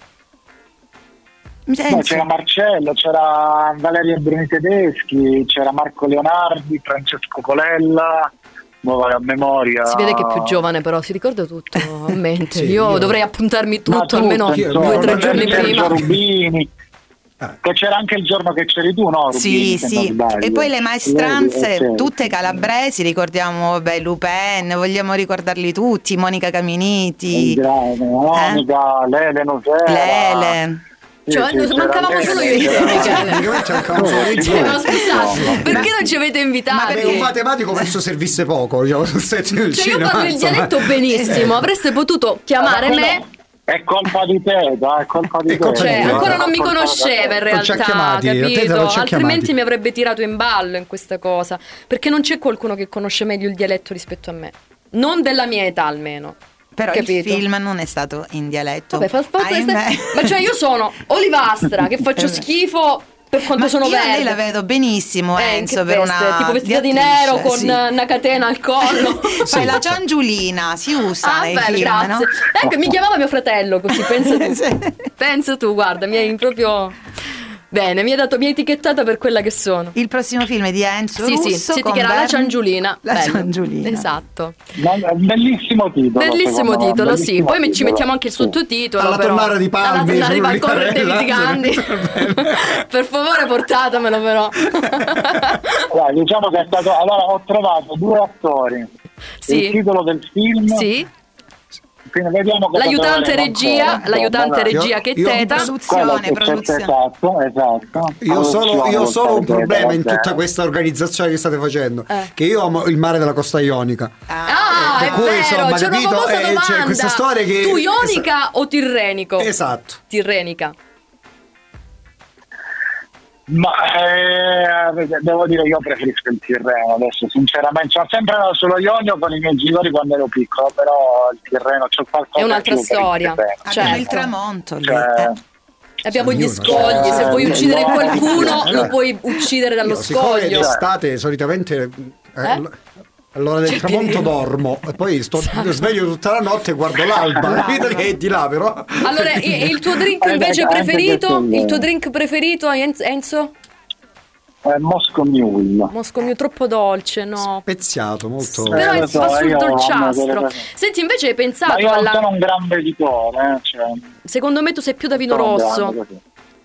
D: No,
F: Enzo,
D: c'era Marcello, c'era Valerio Bruni Tedeschi, c'era Marco Leonardi, Francesco Colella, nuova a memoria.
B: Si vede che è più giovane, però si ricorda tutto a mente.
C: Sì,
B: io,
C: io-
B: dovrei appuntarmi tutto
D: Ma tutto,
B: almeno
C: io-
B: due o
C: io-
B: tre
C: io-
B: giorni
C: Sergio
B: prima.
D: Rubini.
C: Ah.
D: Che c'era anche il giorno che c'eri tu, no?
F: sì,
D: Rubini, se non
F: sì,
D: sbaglio.
F: e poi le maestranze,
D: Lei, eh, certo.
F: tutte calabresi, ricordiamo vabbè, Lupin, vogliamo ricordarli tutti, Monica Caminiti,
D: Il grande, Monica, Lele Nocera.
F: Lele.
D: Sì,
B: Cioè,
D: sì, c'era
B: mancavamo
D: Lele,
B: solo io e te,
D: c'era-
B: Michele.
C: Praticamente mancavamo solo io e te.
B: Cioè, ma scusate,
D: Insomma.
B: perché non ci avete invitati?
C: Beh, un matematico penso servisse poco, diciamo, sul set del
B: Cioè, io
C: cinema,
B: parlo il
C: insomma.
B: dialetto benissimo, avreste potuto chiamare
D: Ma
B: me.
D: quello È colpa di te, dai, è colpa di
C: È
D: te.
C: colpa
B: Cioè,
C: di te.
B: ancora non mi
D: Colpa di te.
B: conosceva in
C: Non ci ha
B: realtà,
C: chiamati, a te
B: capito?
C: non ci ha
B: Altrimenti
C: chiamati.
B: mi avrebbe tirato in ballo in questa cosa. Perché non c'è qualcuno che conosce meglio il dialetto rispetto a me. Non della mia età almeno.
F: Però
B: Capito?
F: il film non è stato in dialetto.
B: Vabbè, fa, fa-
F: Ahimè.
B: ma cioè io sono Olivastra che faccio
F: Eh beh.
B: schifo per quanto
F: Ma
B: sono
F: io
B: verde.
F: lei la vedo benissimo,
B: Eh, in
F: Enzo,
B: che
F: per
B: veste?
F: una
B: tipo vestita di,
F: attrice,
B: nero con
F: sì.
B: una catena al collo.
F: Fai la Giangiulina, si usa
B: Ah,
F: nei
B: beh,
F: film,
B: grazie.
F: no?
B: Ecco, mi chiamava mio fratello così, pensa tu.
F: Sì.
B: Pensa tu, guarda, mi hai proprio bene, mi hai dato mi hai etichettata per quella che sono.
F: Il prossimo film è di Enzo
B: Sì,
F: Russo
B: sì, si
F: con
B: eticherà La
F: Berni-
B: Ciangiolina.
F: La
B: Bello.
F: Ciangiolina.
B: Esatto.
D: Ma è un bellissimo titolo.
B: Bellissimo
D: secondo me,
B: titolo, sì.
D: bellissimo
B: Poi ci
D: titolo.
B: mettiamo anche il
D: Sì.
B: sottotitolo.
C: Alla
B: però.
C: tonnara di Palmi,
B: Alla tonnara di Palmi con
C: sull'Icarella,
B: David Gandhi. Per favore, portatemelo, però.
D: Dai, diciamo che è stato. Allora ho trovato due attori.
B: Sì.
D: Il titolo del film.
B: Sì.
D: Quindi vediamo cosa
B: L'aiutante
D: troveremo
B: regia,
D: ancora.
B: l'aiutante
D: Vabbè.
B: regia che
C: io-
B: teta.
D: Quello
F: Produzione,
D: che c'è-
F: produzione.
D: esatto, esatto.
C: Io solo,
D: Produzione,
C: io ho solo un
D: volta
C: problema in
D: vabbè.
C: tutta questa organizzazione che state facendo,
B: Eh.
C: che io amo il mare della costa ionica.
B: Ah,
C: Per
B: è
C: cui,
B: vero,
C: insomma,
B: c'è una
C: capito?
B: famosa
C: Eh, c'è
B: domanda.
C: questa storia che-
B: Tu ionica o tirrenico?
C: Esatto.
B: Tirrenica.
D: Ma eh, devo dire, io preferisco il Tirreno adesso, sinceramente. Ho sempre andato sullo Ionio con i miei genitori quando ero piccolo, però il Tirreno c'è qualcosa
B: È un'altra
D: in più per il
B: storia.
D: Tirreno.
F: Abbiamo
B: Certo.
F: il tramonto lì.
D: Cioè,
F: eh.
B: Abbiamo gli
C: Ognuno,
B: scogli,
D: cioè,
B: se vuoi
D: eh,
B: uccidere
D: no,
B: qualcuno
C: eh,
B: lo puoi uccidere dallo
C: Io, siccome
B: scoglio.
C: d'estate solitamente eh,
B: Eh?
C: l- all'ora del
B: Cioè,
C: tramonto
B: Pirino.
C: dormo e poi sto
B: Esatto.
C: sveglio tutta la notte e guardo l'alba, capito che è di là però.
B: Allora, e, e il tuo drink
D: Eh,
B: invece
D: anche
B: preferito?
D: questo è-
B: Il tuo drink preferito, Enz- Enzo?
D: eh, Moscow Mule.
B: Mosco mio troppo dolce, no.
C: Speziato, molto.
B: Però
D: Eh,
B: è-
D: lo so,
B: va sul
D: io amo
B: dolciastro.
D: quelle-
B: Senti, invece hai
D: Ma
B: pensato
D: io non
B: alla...
D: sono un gran bevitore, eh, cioè,
B: Secondo me tu sei più da vino
D: sono un
B: rosso.
D: grande così.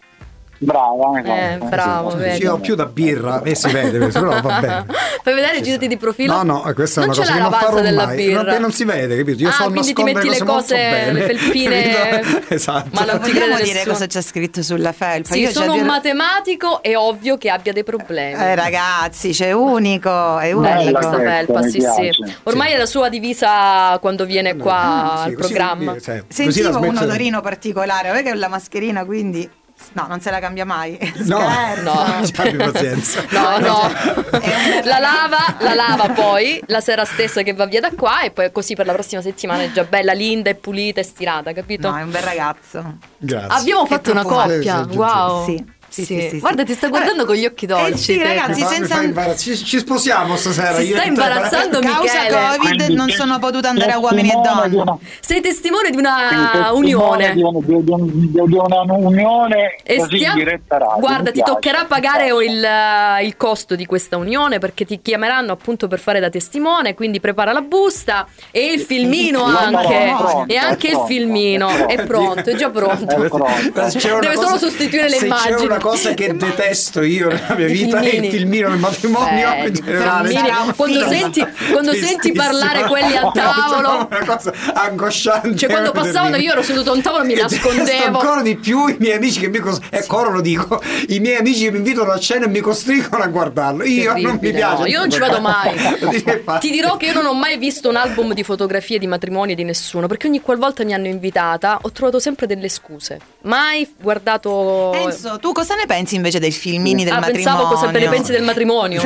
D: Brava,
B: Eh,
D: esatto.
B: bravo,
D: Sì,
B: vedi.
C: Sì, ho più da birra e si vede, però va bene.
B: Fai vedere i girati di profilo?
C: No, no, questa è
B: non
C: una cosa
B: ce
C: che
B: l'ha
C: non
B: la
C: farò
B: panza della
C: mai.
B: birra.
C: Non, non si vede, capito? Io
B: Ah,
C: so
B: quindi ti
C: nascondere
B: metti le
C: cose molto
B: cose,
C: bene,
B: le felpine.
C: capito? Esatto.
B: Ma non ti
F: Vogliamo
B: crede
F: dire
B: nessuno.
F: cosa c'è scritto sulla felpa?
B: Sì,
F: Io
B: sono
F: già
B: un
F: dir-
B: matematico, è ovvio che abbia dei problemi.
F: Eh, ragazzi, c'è unico, è unico.
B: Bella
D: Bella
B: questa
D: questa,
B: felpa,
D: mi
B: sì,
D: piace.
B: sì. Ormai è la sua divisa quando viene qua
C: Sì,
B: al
C: così,
B: programma.
C: cioè, così la
F: Sentivo un
C: smetto-
F: odorino particolare, perché è la mascherina, quindi no, non se la cambia mai.
C: No,
F: Scherzo.
B: No.
C: abbi pazienza.
B: No, no.
F: un-
B: La lava, la lava poi la sera stessa che va via da qua e poi così per la prossima settimana è già bella, linda e pulita e stirata, capito?
F: No, è un bel ragazzo.
C: Grazie.
B: Abbiamo
F: Che
B: fatto una
C: profumo.
B: coppia,
C: Sì, sì,
B: wow.
F: sì. Sì, sì, sì, sì.
B: Guarda, ti sta guardando con gli occhi dolci.
F: Eh sì,
B: te.
F: ragazzi,
C: Mi fa- mi
F: senza-
C: fa imbarazzo- ci, ci sposiamo stasera.
B: Si
C: io
B: sta
C: e te.
B: imbarazzando
F: Causa
B: Michele.
F: Covid
D: Quindi,
F: non
D: te-
F: sono potuta andare a uomini e
D: testimone di
F: donne.
D: una-
B: Sei testimone di
D: quindi
B: una
D: testimone
B: unione.
D: di, un- di, un- di, un- di una unione
B: E
D: così
B: stia-
D: in diretta radio.
B: Guarda,
D: Mi
B: ti
D: piace,
B: toccherà
D: mi
B: pagare
D: piace.
B: il, il costo di questa unione perché ti chiameranno appunto per fare da testimone, quindi prepara la busta e il filmino
D: Lo farò,
B: anche.
D: è pronto,
B: E anche
D: è
B: il
D: pronto,
B: filmino
D: è
B: è pronto, è già pronto.
D: È pronto.
C: C'è una
B: Deve
C: cosa-
B: solo sostituire le
C: se
B: immagini.
C: c'è una cosa che detesto io nella mia
B: I
C: vita è il
B: filmini.
C: filmino del matrimonio
B: Eh,
C: in generale.
B: filmini.
C: Sarà un
B: Quando
C: film
B: senti- quando senti
C: tristissimo.
B: parlare quelli al tavolo.
C: Una cosa angosciante.
B: Cioè, quando passavano io ero seduto a un tavolo, mi
C: E detesto
B: nascondevo.
C: ancora di più i miei amici che mi cos- ecco ora lo dico, i miei amici che mi invitano a cena e mi costringono a guardarlo. Io non mi
B: Terribile,
C: piace.
B: no, io non ci vado mai.
C: Che fa?
B: Ti dirò che io non ho mai visto un album di fotografie di matrimonio di nessuno, perché ogni qualvolta mi hanno invitata ho trovato sempre delle scuse. Mai guardato.
F: Enzo, tu cosa ne pensi invece dei filmini del
B: ah,
F: matrimonio?
B: pensavo cosa ne pensi del matrimonio.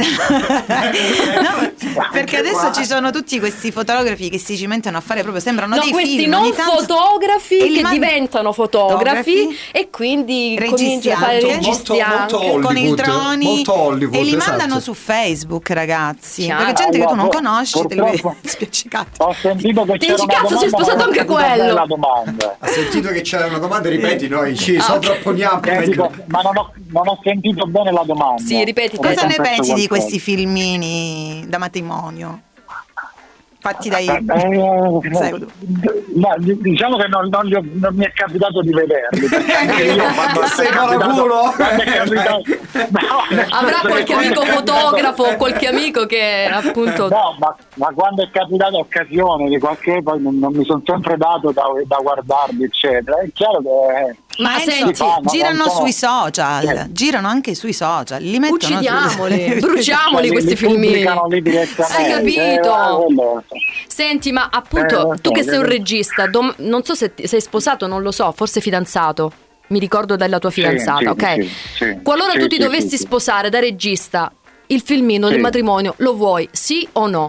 F: No, perché adesso
C: qua.
F: ci sono tutti questi fotografi che si cimentano a fare proprio, sembrano
B: No,
F: dei
B: questi
F: film.
B: non
F: ogni tanto-
B: fotografi
F: E li
B: che
F: man-
B: diventano fotografi
F: fotografi,
B: e quindi
F: registi
B: cominciano a fare
F: anche.
B: registi
C: Molto-
B: anche.
C: molto
F: con il
C: Hollywood,
F: droni
C: molto Hollywood,
F: e li
C: esatto.
F: mandano su Facebook, ragazzi.
B: Chiaro.
F: Perché gente che tu non
D: Allora,
F: conosci te li vedi
D: purtroppo-
F: spiaccicati.
D: Ho sentito che
B: Ti
D: c'era
B: dici,
D: una
B: cazzo, sei
D: domanda,
B: sposato
D: ma non
B: anche
D: ho capito bene
B: quello.
D: la domanda.
C: Ha sentito che c'era una domanda, ripeti, noi ci
B: Ah, ok.
C: sovrapponiamo.
D: Eh, dico, ma non ho, non ho sentito bene la domanda.
B: Sì, ripeti,
D: Ho
F: Cosa ne
D: compreso
F: pensi di
D: qualcosa.
F: questi filmini da matrimonio? Fatti dai
D: Eh,
F: pseudo.
D: no, diciamo che non, non, li ho- non mi è capitato di vederli, perché anche io quando è
C: Sei
D: capitato-
C: paraculo?
D: quando è capitato- no, nel
B: Avrà
D: senso
B: qualche
D: che quando
B: amico
D: è capitato-
B: fotografo o qualche amico che appunto.
D: No, ma, ma quando è capitata occasione di qualche poi non, non mi sono sempre dato da, da guardarli, eccetera. È chiaro che
B: Ma
F: Enzo,
B: senti,
D: fa, ma
F: girano
D: non so.
F: sui social,
D: Eh.
F: girano anche sui social, li mettono su-
B: uccidiamoli, bruciamoli
D: li-
B: questi
D: li
B: filmini.
D: pubblicano lì direttamente.
B: Hai capito?
D: Eh, quello-
B: Senti, ma appunto,
D: Eh, lo so,
B: tu che sei un
D: che-
B: regista, dom- non so se ti- sei sposato, non lo so, forse fidanzato. Mi ricordo della tua
D: Sì,
B: fidanzata,
D: sì,
B: ok?
D: sì, sì.
B: Qualora
D: Sì,
B: tu ti
D: sì,
B: dovessi
D: sì, sì.
B: sposare da regista, il filmino del
D: Sì.
B: matrimonio lo vuoi, sì o no?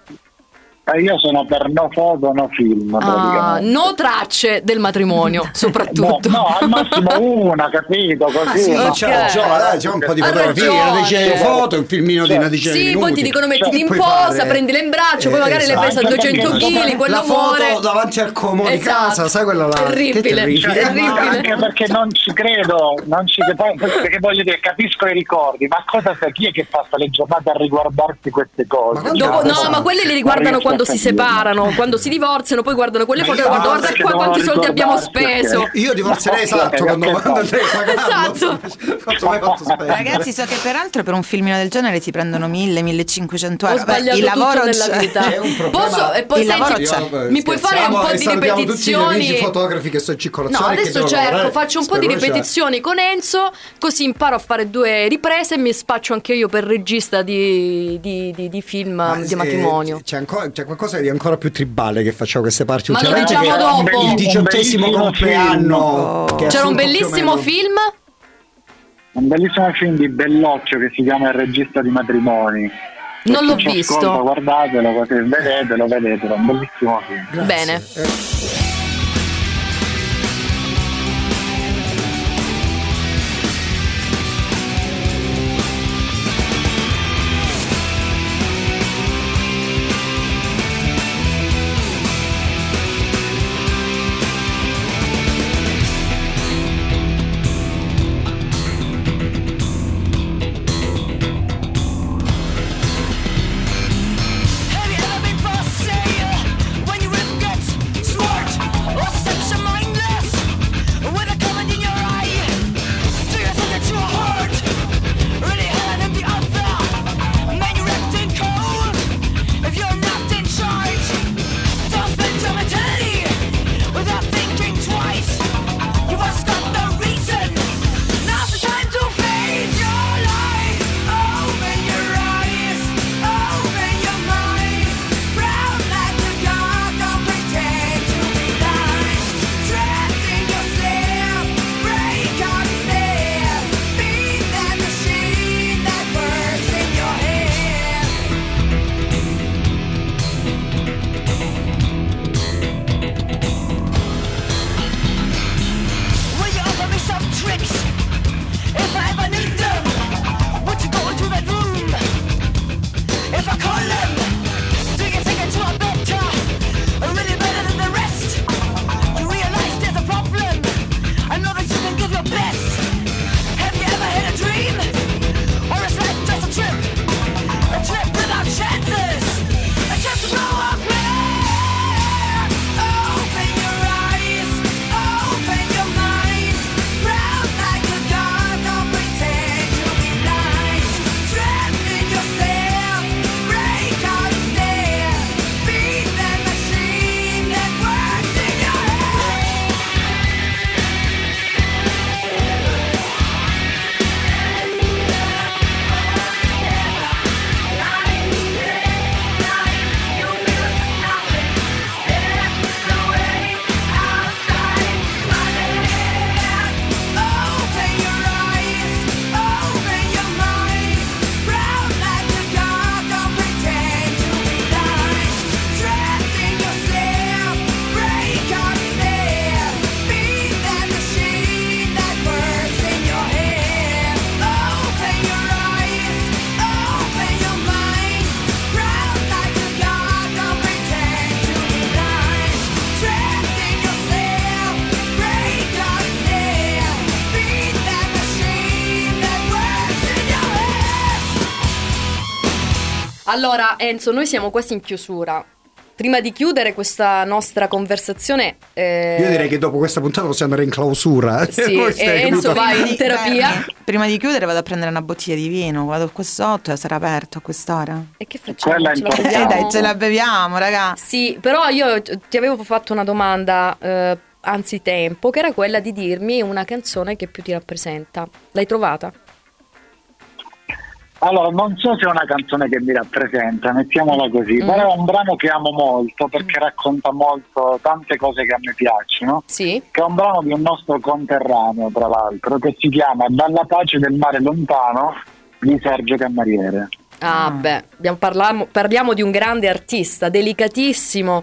D: Eh, io sono per no foto, no film,
B: Ah,
D: praticamente.
B: no tracce del matrimonio, soprattutto.
D: No, no, al massimo una, capito? Così.
C: Ah, sì,
D: no?
C: c'ha
B: Ok.
C: ragione, dai, c'è un po' di
B: Ha
C: fotografia,
B: ragione.
C: una decina di foto, un filmino di una decina di
B: Sì,
C: minuti.
B: poi ti dicono mettiti
C: Cioè,
B: in
C: puoi
B: posa,
C: fare-
B: prendile in braccio, poi
C: Eh,
B: magari le
C: esatto.
B: pesa
D: Anche
B: duecento
D: perché
B: chili, quello
C: la foto
B: muore.
C: davanti al comune di
B: Esatto.
C: casa, sai quella là?
B: Terribile.
C: Che terribile.
D: Cioè,
B: Terribile.
D: ma anche perché non ci credo, non ci poi- perché voglio dire, capisco i ricordi, ma cosa sa chi è che passa le giornate a riguardarsi queste cose?
C: Ma quando-
B: Dopo- no,
C: Esatto.
B: ma quelli li riguardano
D: Non
B: quando
D: riesco
B: si
D: a capire.
B: separano, quando si divorziano, poi guardano quelle foto e
C: io-
B: guardano,
C: ah,
B: guarda
D: perché
B: qua
D: devono
B: quanti soldi abbiamo
D: ricordarsi,
B: speso.
D: perché-
C: Io divorzierei
D: No,
C: esatto
D: ok,
C: quando,
D: ok,
C: quando
D: ok.
C: devi pagarlo.
B: Esatto.
C: Fatto mai fatto spendere.
F: Ragazzi, so che peraltro per un filmino del genere si prendono mille, millecinquecento
B: Ho
F: euro. Beh,
B: sbagliato
F: il lavoro
B: tutto nella
F: c'è.
B: vita.
C: È un problema.
B: Posso, e poi
F: Il lavoro
B: senti,
F: c'è.
B: mi puoi fare un
C: Scherziamo
B: po'
C: e
B: di
C: salutiamo tutti gli amici
B: ripetizioni?
C: fotografi che sto in
B: No,
C: circolazione. che
B: adesso
C: devono
B: cerco,
C: lavorare.
B: faccio un po' di
C: Spero ce la-
B: ripetizioni con Enzo, così imparo a fare due riprese e mi spaccio anche io per regista di, di, di, di film
C: Ma,
B: di
C: eh,
B: matrimonio.
C: C'è, ancora, c'è qualcosa di ancora più tribale che facciamo queste parti
B: Ma lo
C: ultimamente,
B: diciamo
C: che è
B: dopo.
C: il diciottesimo
D: Un bellissimo
C: compleanno
F: film.
C: che è
B: C'era un
C: assunto più o
B: bellissimo
C: meno-
B: film.
D: Un bellissimo film di Bellocchio che si chiama Il regista di matrimoni.
B: Non
D: Se
B: l'ho
D: chi ci
B: visto.
D: ascolta, guardatelo, così, vedetelo, vedetelo, è un bellissimo film.
C: Grazie.
B: Bene.
C: Eh,
H: Have you ever been for sale when your rip gets smart?
B: Allora Enzo, noi siamo quasi in chiusura. Prima di chiudere questa nostra conversazione, eh...
C: io direi che dopo questa puntata possiamo andare in clausura.
B: Sì, e Enzo vai in terapia.
F: Prima di chiudere vado a prendere una bottiglia di vino, vado qua sotto e sarà aperto a quest'ora.
B: E che facciamo?
D: Quella è
B: Ce la
D: importante.
F: Eh
B: beviamo?
F: dai, ce la beviamo, raga.
B: Sì, però io ti avevo fatto una domanda eh, anzitempo, che era quella di dirmi una canzone che più ti rappresenta. L'hai trovata?
D: Allora, non so se è una canzone che mi rappresenta, mettiamola così,
B: Mm.
D: però è un brano che amo molto perché racconta molto tante cose che a me piacciono.
B: Sì.
D: Che è un brano di un nostro conterraneo, tra l'altro, che si chiama Dalla pace del mare lontano di Sergio Cammariere.
B: Ah, beh, abbiamo parliamo, parliamo di un grande artista, delicatissimo,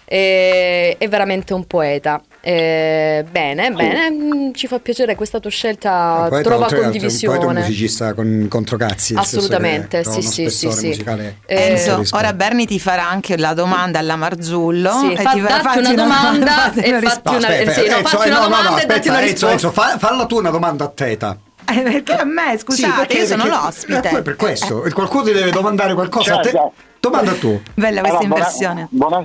B: eh, è veramente un poeta. Eh, bene, bene, mm, ci fa piacere questa tua scelta,
C: Poeta,
B: trova
C: oltre che altro,
B: condivisione.
C: Un poeta, un musicista con controcazzi. nel senso
B: Assolutamente,
C: che trova
B: sì,
C: uno
B: sì, sì,
C: spessore
B: sì.
C: musicale.
B: Eh,
F: Enzo,
C: rispetto.
F: ora Berni ti farà anche la domanda alla Marzullo.
B: Sì,
F: e
B: fa-
F: ti farà-
B: datti una
F: fatti
B: domanda
F: fatti
B: e
F: una
B: fatti
F: risposta.
B: una-
C: Aspetta,
B: sì, no,
C: Enzo,
B: fatti
C: eh,
B: una
C: no, no,
B: domanda
C: no,
B: e datti
C: aspetta,
B: una
C: Enzo,
B: risposta.
C: Enzo, fa- falla tu una domanda a Teta.
F: Eh, perché a me,
C: Sì,
F: scusate,
C: perché-
F: io sono
C: perché-
F: l'ospite.
C: eh, per questo, qualcuno ti deve domandare qualcosa a te.
D: Certo.
C: Domanda tu.
F: Bella questa
D: Allora, buona-
F: inversione.
D: buona-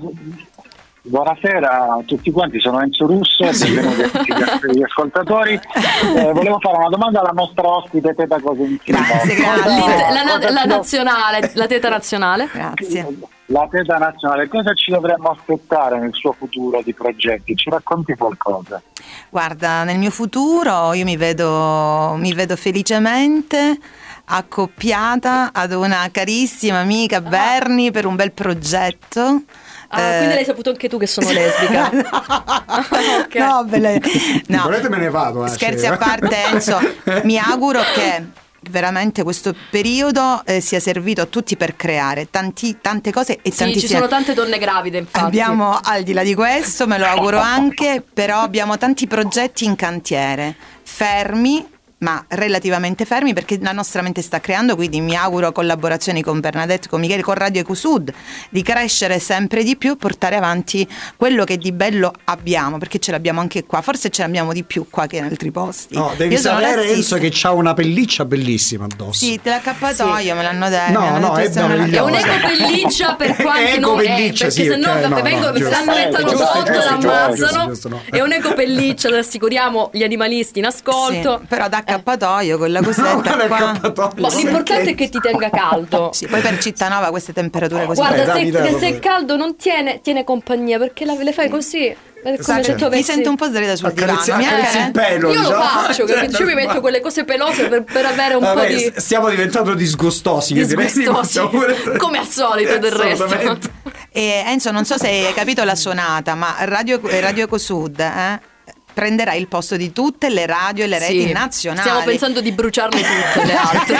D: buonasera a tutti quanti, sono Enzo Russo, benvenuti a tutti gli ascoltatori. Eh, volevo fare una domanda alla nostra ospite Teta Cosentino.
F: Grazie,
B: L'int-
F: grazie.
B: la, na-
D: Cosa
B: la
D: ci do-
B: nazionale, la teta nazionale.
F: Grazie.
D: La Teta nazionale, cosa ci dovremmo aspettare nel suo futuro di progetti? Ci racconti qualcosa?
F: Guarda, nel mio futuro io mi vedo, mi vedo felicemente accoppiata ad una carissima amica Berni per un bel progetto.
B: Ah,
F: Eh,
B: quindi l'hai saputo anche tu che sono lesbica. Ok.
F: No, belle- no.
C: Volete me ne vado. eh,
F: Scherzi
C: cioè.
F: a parte, Enzo, mi auguro che veramente questo periodo eh, sia servito a tutti per creare tanti, tante cose e
B: Sì,
F: tantissime.
B: ci sono tante donne gravide, infatti.
F: Abbiamo, al di là di questo, me lo auguro anche, però abbiamo tanti progetti in cantiere, fermi, ma relativamente fermi perché la nostra mente sta creando, quindi mi auguro collaborazioni con Bernadette, con Michele, con Radio Ecosud, di crescere sempre di più e portare avanti quello che di bello abbiamo, perché ce l'abbiamo anche qua, forse ce l'abbiamo di più qua che in altri posti.
C: No, devi
F: Io sono
C: sapere
F: razzista.
C: Enzo che c'ha una pelliccia bellissima addosso.
F: Sì, te l'accappatoio, me l'hanno detto.
C: No,
F: mi hanno
C: no,
F: detto
C: è
F: che sei una-
B: È
C: meraviglioso.
B: un'ecopelliccia per quanti
C: Ecco
B: non è,
C: pelliccia,
B: perché
C: sì,
B: se no
C: ok, no,
B: vengo,
C: no,
B: mi
C: giusto.
B: aspettano
D: Giusto,
B: sotto,
D: giusto,
B: l'ammazzano.
C: giusto, giusto, no.
B: È un'ecopelliccia, ne assicuriamo gli animalisti in ascolto.
F: Sì, però da accappatoio con la cosetta
C: No, non è
F: qua.
C: accappatoio.
B: Ma l'importante è che ti tenga caldo.
F: Sì, poi per Cittanova queste temperature così.
B: Guarda,
C: Eh,
B: se,
C: dammi, dammi,
B: che se
C: dammi.
B: è caldo non tiene, tiene compagnia, perché la- le fai così. È come
C: Sì,
B: se tu
F: mi
B: avessi-
F: sento un po' sdraiata sul divano.
C: Accarezzi-
F: Mi
C: accarezzi
F: è-
C: il pelo,
B: Io lo
C: diciamo.
B: faccio, capito? Io mi metto quelle cose pelose per, per avere un
C: Vabbè,
B: po' di
C: s- stiamo diventando disgustosi, io direi.
B: disgustosi.
C: Possiamo pure-
B: Come al solito del resto.
C: Assolutamente.
F: E Enzo, non so se hai capito la suonata, ma Radio, Radio Ecosud eh, prenderà il posto di tutte le radio e le reti
B: Sì,
F: nazionali.
B: stiamo pensando di bruciarle tutte le altre.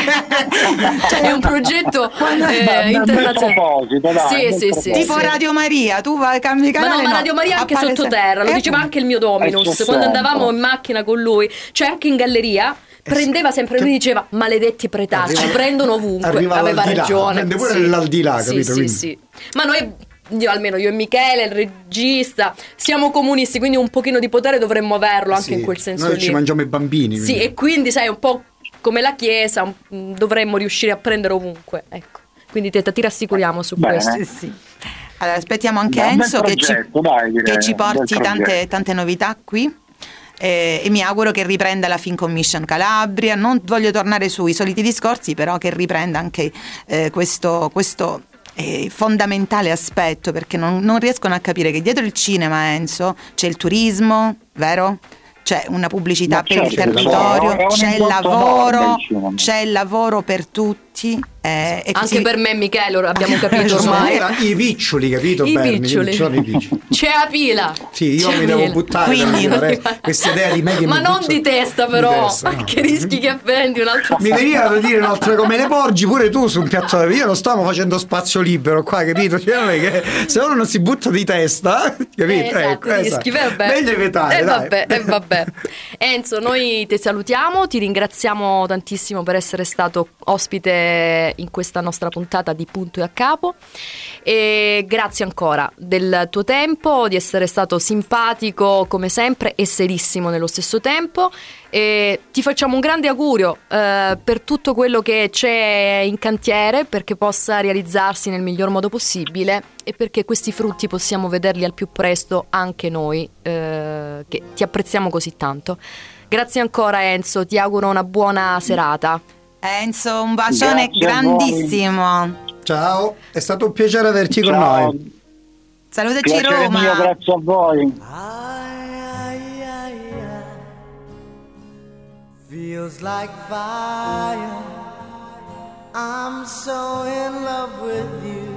B: Cioè, è un progetto eh,
D: Bel
B: internazionale.
D: proposito, dai,
B: Sì,
D: bel
B: sì, sì,
D: proposito.
F: Tipo
B: sì.
F: Radio Maria, tu vai, cambi
B: Ma
F: canale.
B: no, ma Radio Maria anche
F: appare
B: sottoterra,
F: sempre-
B: lo diceva
F: Eh,
B: anche il mio Dominus,
D: È
B: quando
D: sempre.
B: andavamo in macchina con lui, cioè anche in galleria, prendeva sempre, lui diceva maledetti pretacci,
C: Arriva-
B: prendono ovunque,
C: arriva
B: aveva
C: all'aldilà,
B: ragione.
C: prende pure l'aldilà,
B: Sì,
C: capito?
B: sì,
C: Quindi-
B: sì. Ma noi, io, almeno io e Michele, il regista, siamo comunisti, quindi un pochino di potere dovremmo averlo anche
C: Sì,
B: in quel senso
C: noi
B: lì.
C: ci mangiamo i bambini.
B: Sì,
C: quindi.
B: e quindi sai, un po' come la Chiesa, un- dovremmo riuscire a prendere ovunque, ecco. Quindi Teta, ti rassicuriamo su
D: Bene.
B: questo.
F: Sì, sì. Allora, aspettiamo anche
D: Beh, un bel
F: Enzo che ci,
D: progetto, dai, direi,
F: che ci
D: un bel
F: porti tante,
D: progetto.
F: tante novità qui. Eh, e mi auguro che riprenda la Film Commission Calabria. Non voglio tornare sui soliti discorsi, però che riprenda anche eh, questo, questo eh, fondamentale aspetto, perché non, non riescono a capire che dietro il cinema, Enzo, c'è il turismo, vero? C'è una pubblicità
D: Ma
F: per il
D: certo, il lavoro,
F: territorio,
D: è un
F: c'è il
D: indotto
F: lavoro,
D: enorme il cinema.
F: c'è il lavoro per tutti. eh, e
B: Anche
F: così-
B: per me e Michele, ora abbiamo
C: Ci
B: capito
C: sono
B: ormai.
C: ora i piccioli, capito?
B: I
C: Berni?
B: piccioli.
C: Ci sono i piccioli.
B: C'è la pila.
C: Sì, io
B: C'è
C: mi
B: la
C: devo
B: pila.
C: buttare
F: Quindi-
C: da dire, questa idea di me che
B: Ma
C: mi
B: non
C: butto-
B: di testa,
C: di
B: però.
C: testa, no.
B: Che rischi che prendi un altro
C: Mi veniva da dire un'altra come le porgi pure tu su un piatto da io non stiamo facendo spazio libero qua, capito? Cioè, non è che se uno non si butta di testa, capito?
B: Eh, esatto,
C: Ecco,
B: rischi, vabbè.
C: Meglio evitare,
B: Eh,
C: dai.
B: vabbè, eh, vabbè. Enzo, noi ti salutiamo, ti ringraziamo tantissimo per essere stato ospite sempre in questa nostra puntata di Punto e a Capo. E grazie ancora del tuo tempo, di essere stato simpatico come sempre e serissimo nello stesso tempo. E ti facciamo un grande augurio eh, per tutto quello che c'è in cantiere, perché possa realizzarsi nel miglior modo possibile e perché questi frutti possiamo vederli al più presto anche noi eh, che ti apprezziamo così tanto. Grazie ancora Enzo, ti auguro una buona serata.
F: Enzo, un bacione
D: Grazie a
F: grandissimo.
C: Ciao, è stato un piacere averti con
D: Ciao.
C: noi.
F: Salutaci
D: Piacere
F: Roma.
D: mio, grazie a voi.
H: Feels like fire. I'm so in love with you.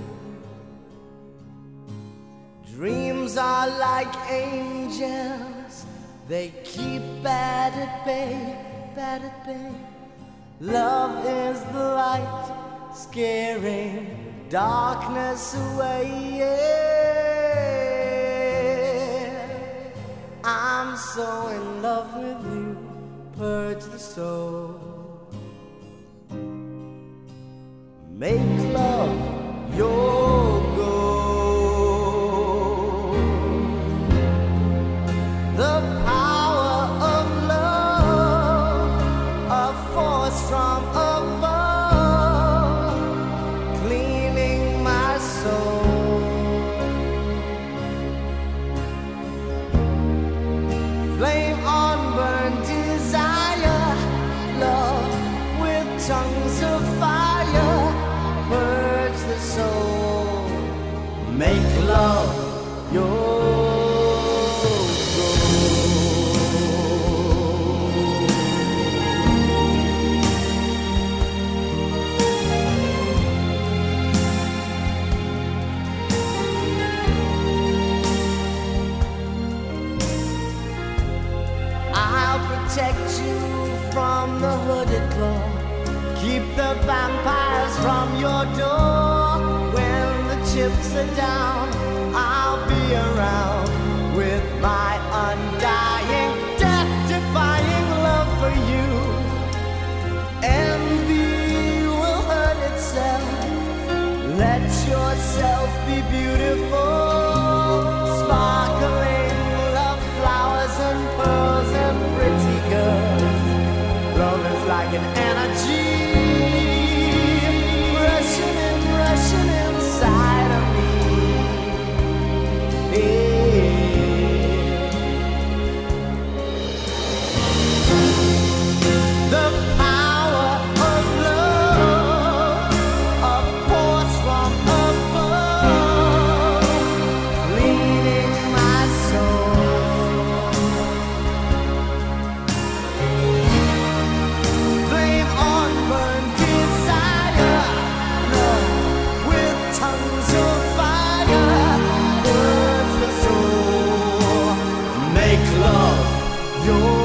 H: Dreams are like angels. They keep bad at bay, bad at bay. Love is the light, scaring darkness away. Yeah. I'm so in love with you. Purge the soul. Make love your goal. The power of love, a force from above, cleaning my soul. Flame on burn desire, love with tongues of fire, purge the soul, make love your protect you from the hooded claw. Keep the vampires from your door. When the chips are down, I'll be around with my undying, death-defying love for you. Envy will hurt itself. Let yourself be beautiful, sparkling love flowers and pearls and pretty girls. Love is like an energy rushing and rushing inside of me. Yeah. The power of love, a force from above, leading my soul. Flame on burn desire, love with tongues of fire, burns the soul, make love your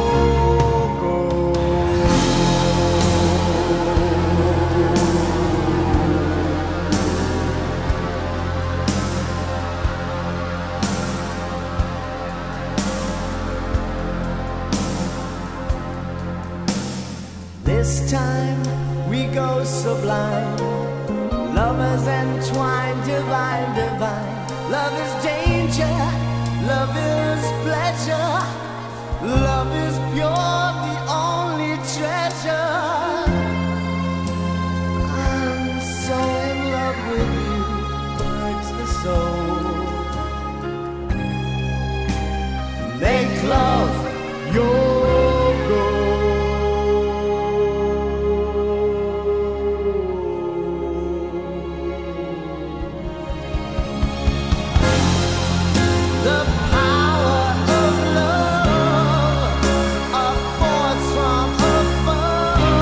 H: This time we go sublime, lovers entwined, divine, divine. Love is danger, love is pleasure, love is pure, the only treasure. I'm so in love with you, purge the soul, make love your the power of love, a force from above,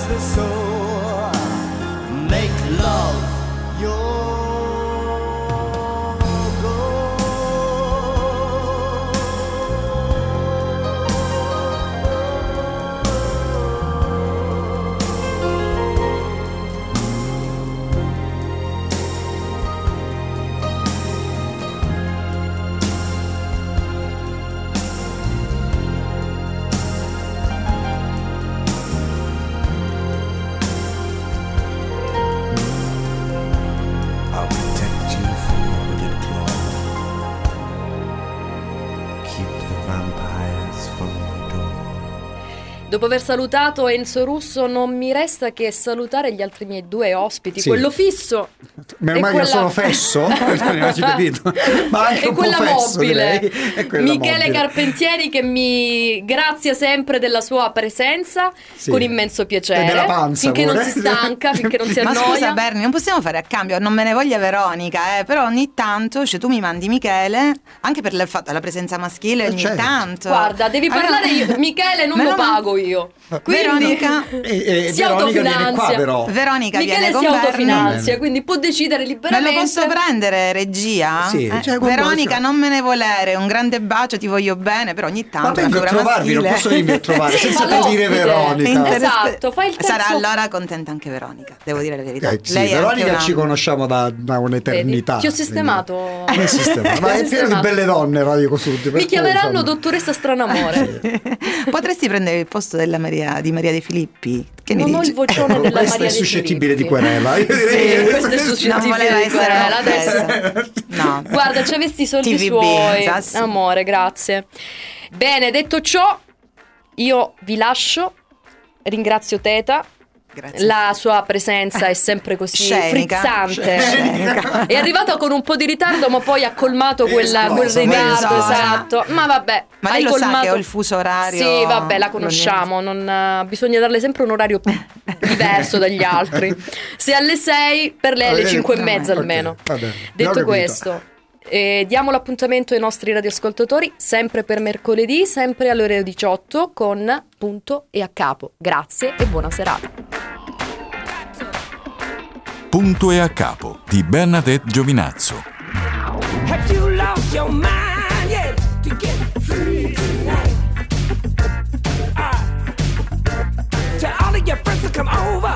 I: the soul. Make love your
B: Dopo aver salutato Enzo Russo non mi resta che salutare gli altri miei due ospiti,
C: Sì.
B: quello fisso
C: Meno
B: e
C: male che
B: quella...
C: sono fesso, non ho capito. Ma anche
B: e
C: un po'
B: quella
C: fesso,
B: mobile,
C: direi. E quella
B: Michele
C: mobile.
B: Carpentieri, che mi grazia sempre della sua presenza,
C: Sì.
B: con immenso piacere,
C: E della panza
B: finché
C: pure.
B: non si stanca, finché non si
F: Ma
B: annoia.
F: scusa Berni, non possiamo fare a cambio, non me ne voglia Veronica, eh, però ogni tanto, cioè, tu mi mandi Michele, anche per il fatto della presenza maschile, ogni
C: certo.
F: tanto.
B: Guarda, devi
F: Allora-
B: parlare io, Michele non
F: Meno
B: lo
F: male.
B: pago io. Quindi
F: Veronica,
C: E, e
B: si
C: Veronica viene qua
B: autofinanzia.
C: però.
F: Veronica
B: Michele
F: viene
B: si
F: con Berni.
B: autofinanzia, quindi può decidere
F: Me
B: liberamente.
F: lo posso prendere, regia?
C: Sì,
F: Eh,
C: cioè, quando-
F: Veronica,
C: cioè-
F: non me ne volere, un grande bacio, ti voglio bene, però ogni
C: Ma
F: tanto
C: vengo a
F: una figura
C: trovarvi, non
F: maschile.
C: posso venirvi a trovare senza
B: Fa
C: dire
B: l'ospite.
C: Veronica.
F: Interessa-
B: Esatto, fai il terzo-
F: Sarà allora contenta anche Veronica, devo dire la verità.
C: Eh, sì,
F: Lei è anche
C: Veronica
F: una-
C: ci conosciamo da, da un'eternità.
B: Vedi? Ti ho sistemato.
C: quindi- Mi hai sistemato. Ma
B: Ti ho
C: è pieno di
B: sistemato.
C: belle donne Radio Cosulti.
B: Mi chiameranno dottoressa Stranamore.
F: Potresti prendere il posto della Maria, di Maria De Filippi? Che ne
B: Non ho
F: dici?
B: il vocione della
C: Questa
B: Maria
C: è
B: De
C: suscettibile di
B: Filippi.
C: querela. Io
B: Sì,
C: direi-
B: questo è
F: Non
B: suscettibile
F: voleva
B: di
F: essere
B: querela. Adesso...
F: offesa. No.
B: Guarda, ci avessi i soldi
F: T V B,
B: suoi.
F: sa, sì.
B: Amore, grazie. Bene, detto ciò, io vi lascio. Ringrazio Teta.
F: Grazie.
B: La sua presenza è sempre così
F: Scenica.
B: frizzante.
F: Scenica.
B: È arrivata con un po' di ritardo, ma poi ha colmato quella, quel
C: esplosa,
B: ritardo.
F: ma è esplosa.
B: Esatto. Ma vabbè,
F: Ma
B: hai
F: lei lo sa
B: colmato...
F: che ho il fuso orario?
B: Sì, vabbè, la conosciamo. Non, eh, bisogna darle sempre un orario diverso dagli altri. Se alle sei, per lei alle cinque e mezza
C: Ok,
B: almeno.
C: va bene. Ho
B: Detto
C: capito.
B: questo, eh, diamo l'appuntamento ai nostri radioascoltatori sempre per mercoledì, sempre alle ore diciotto con Punto e a Capo. Grazie e buona serata.
A: Punto e a capo di Bernadette Giovinazzo.
I: Have you lost your mind yet to get free tonight? Uh, tell all of your friends to come over.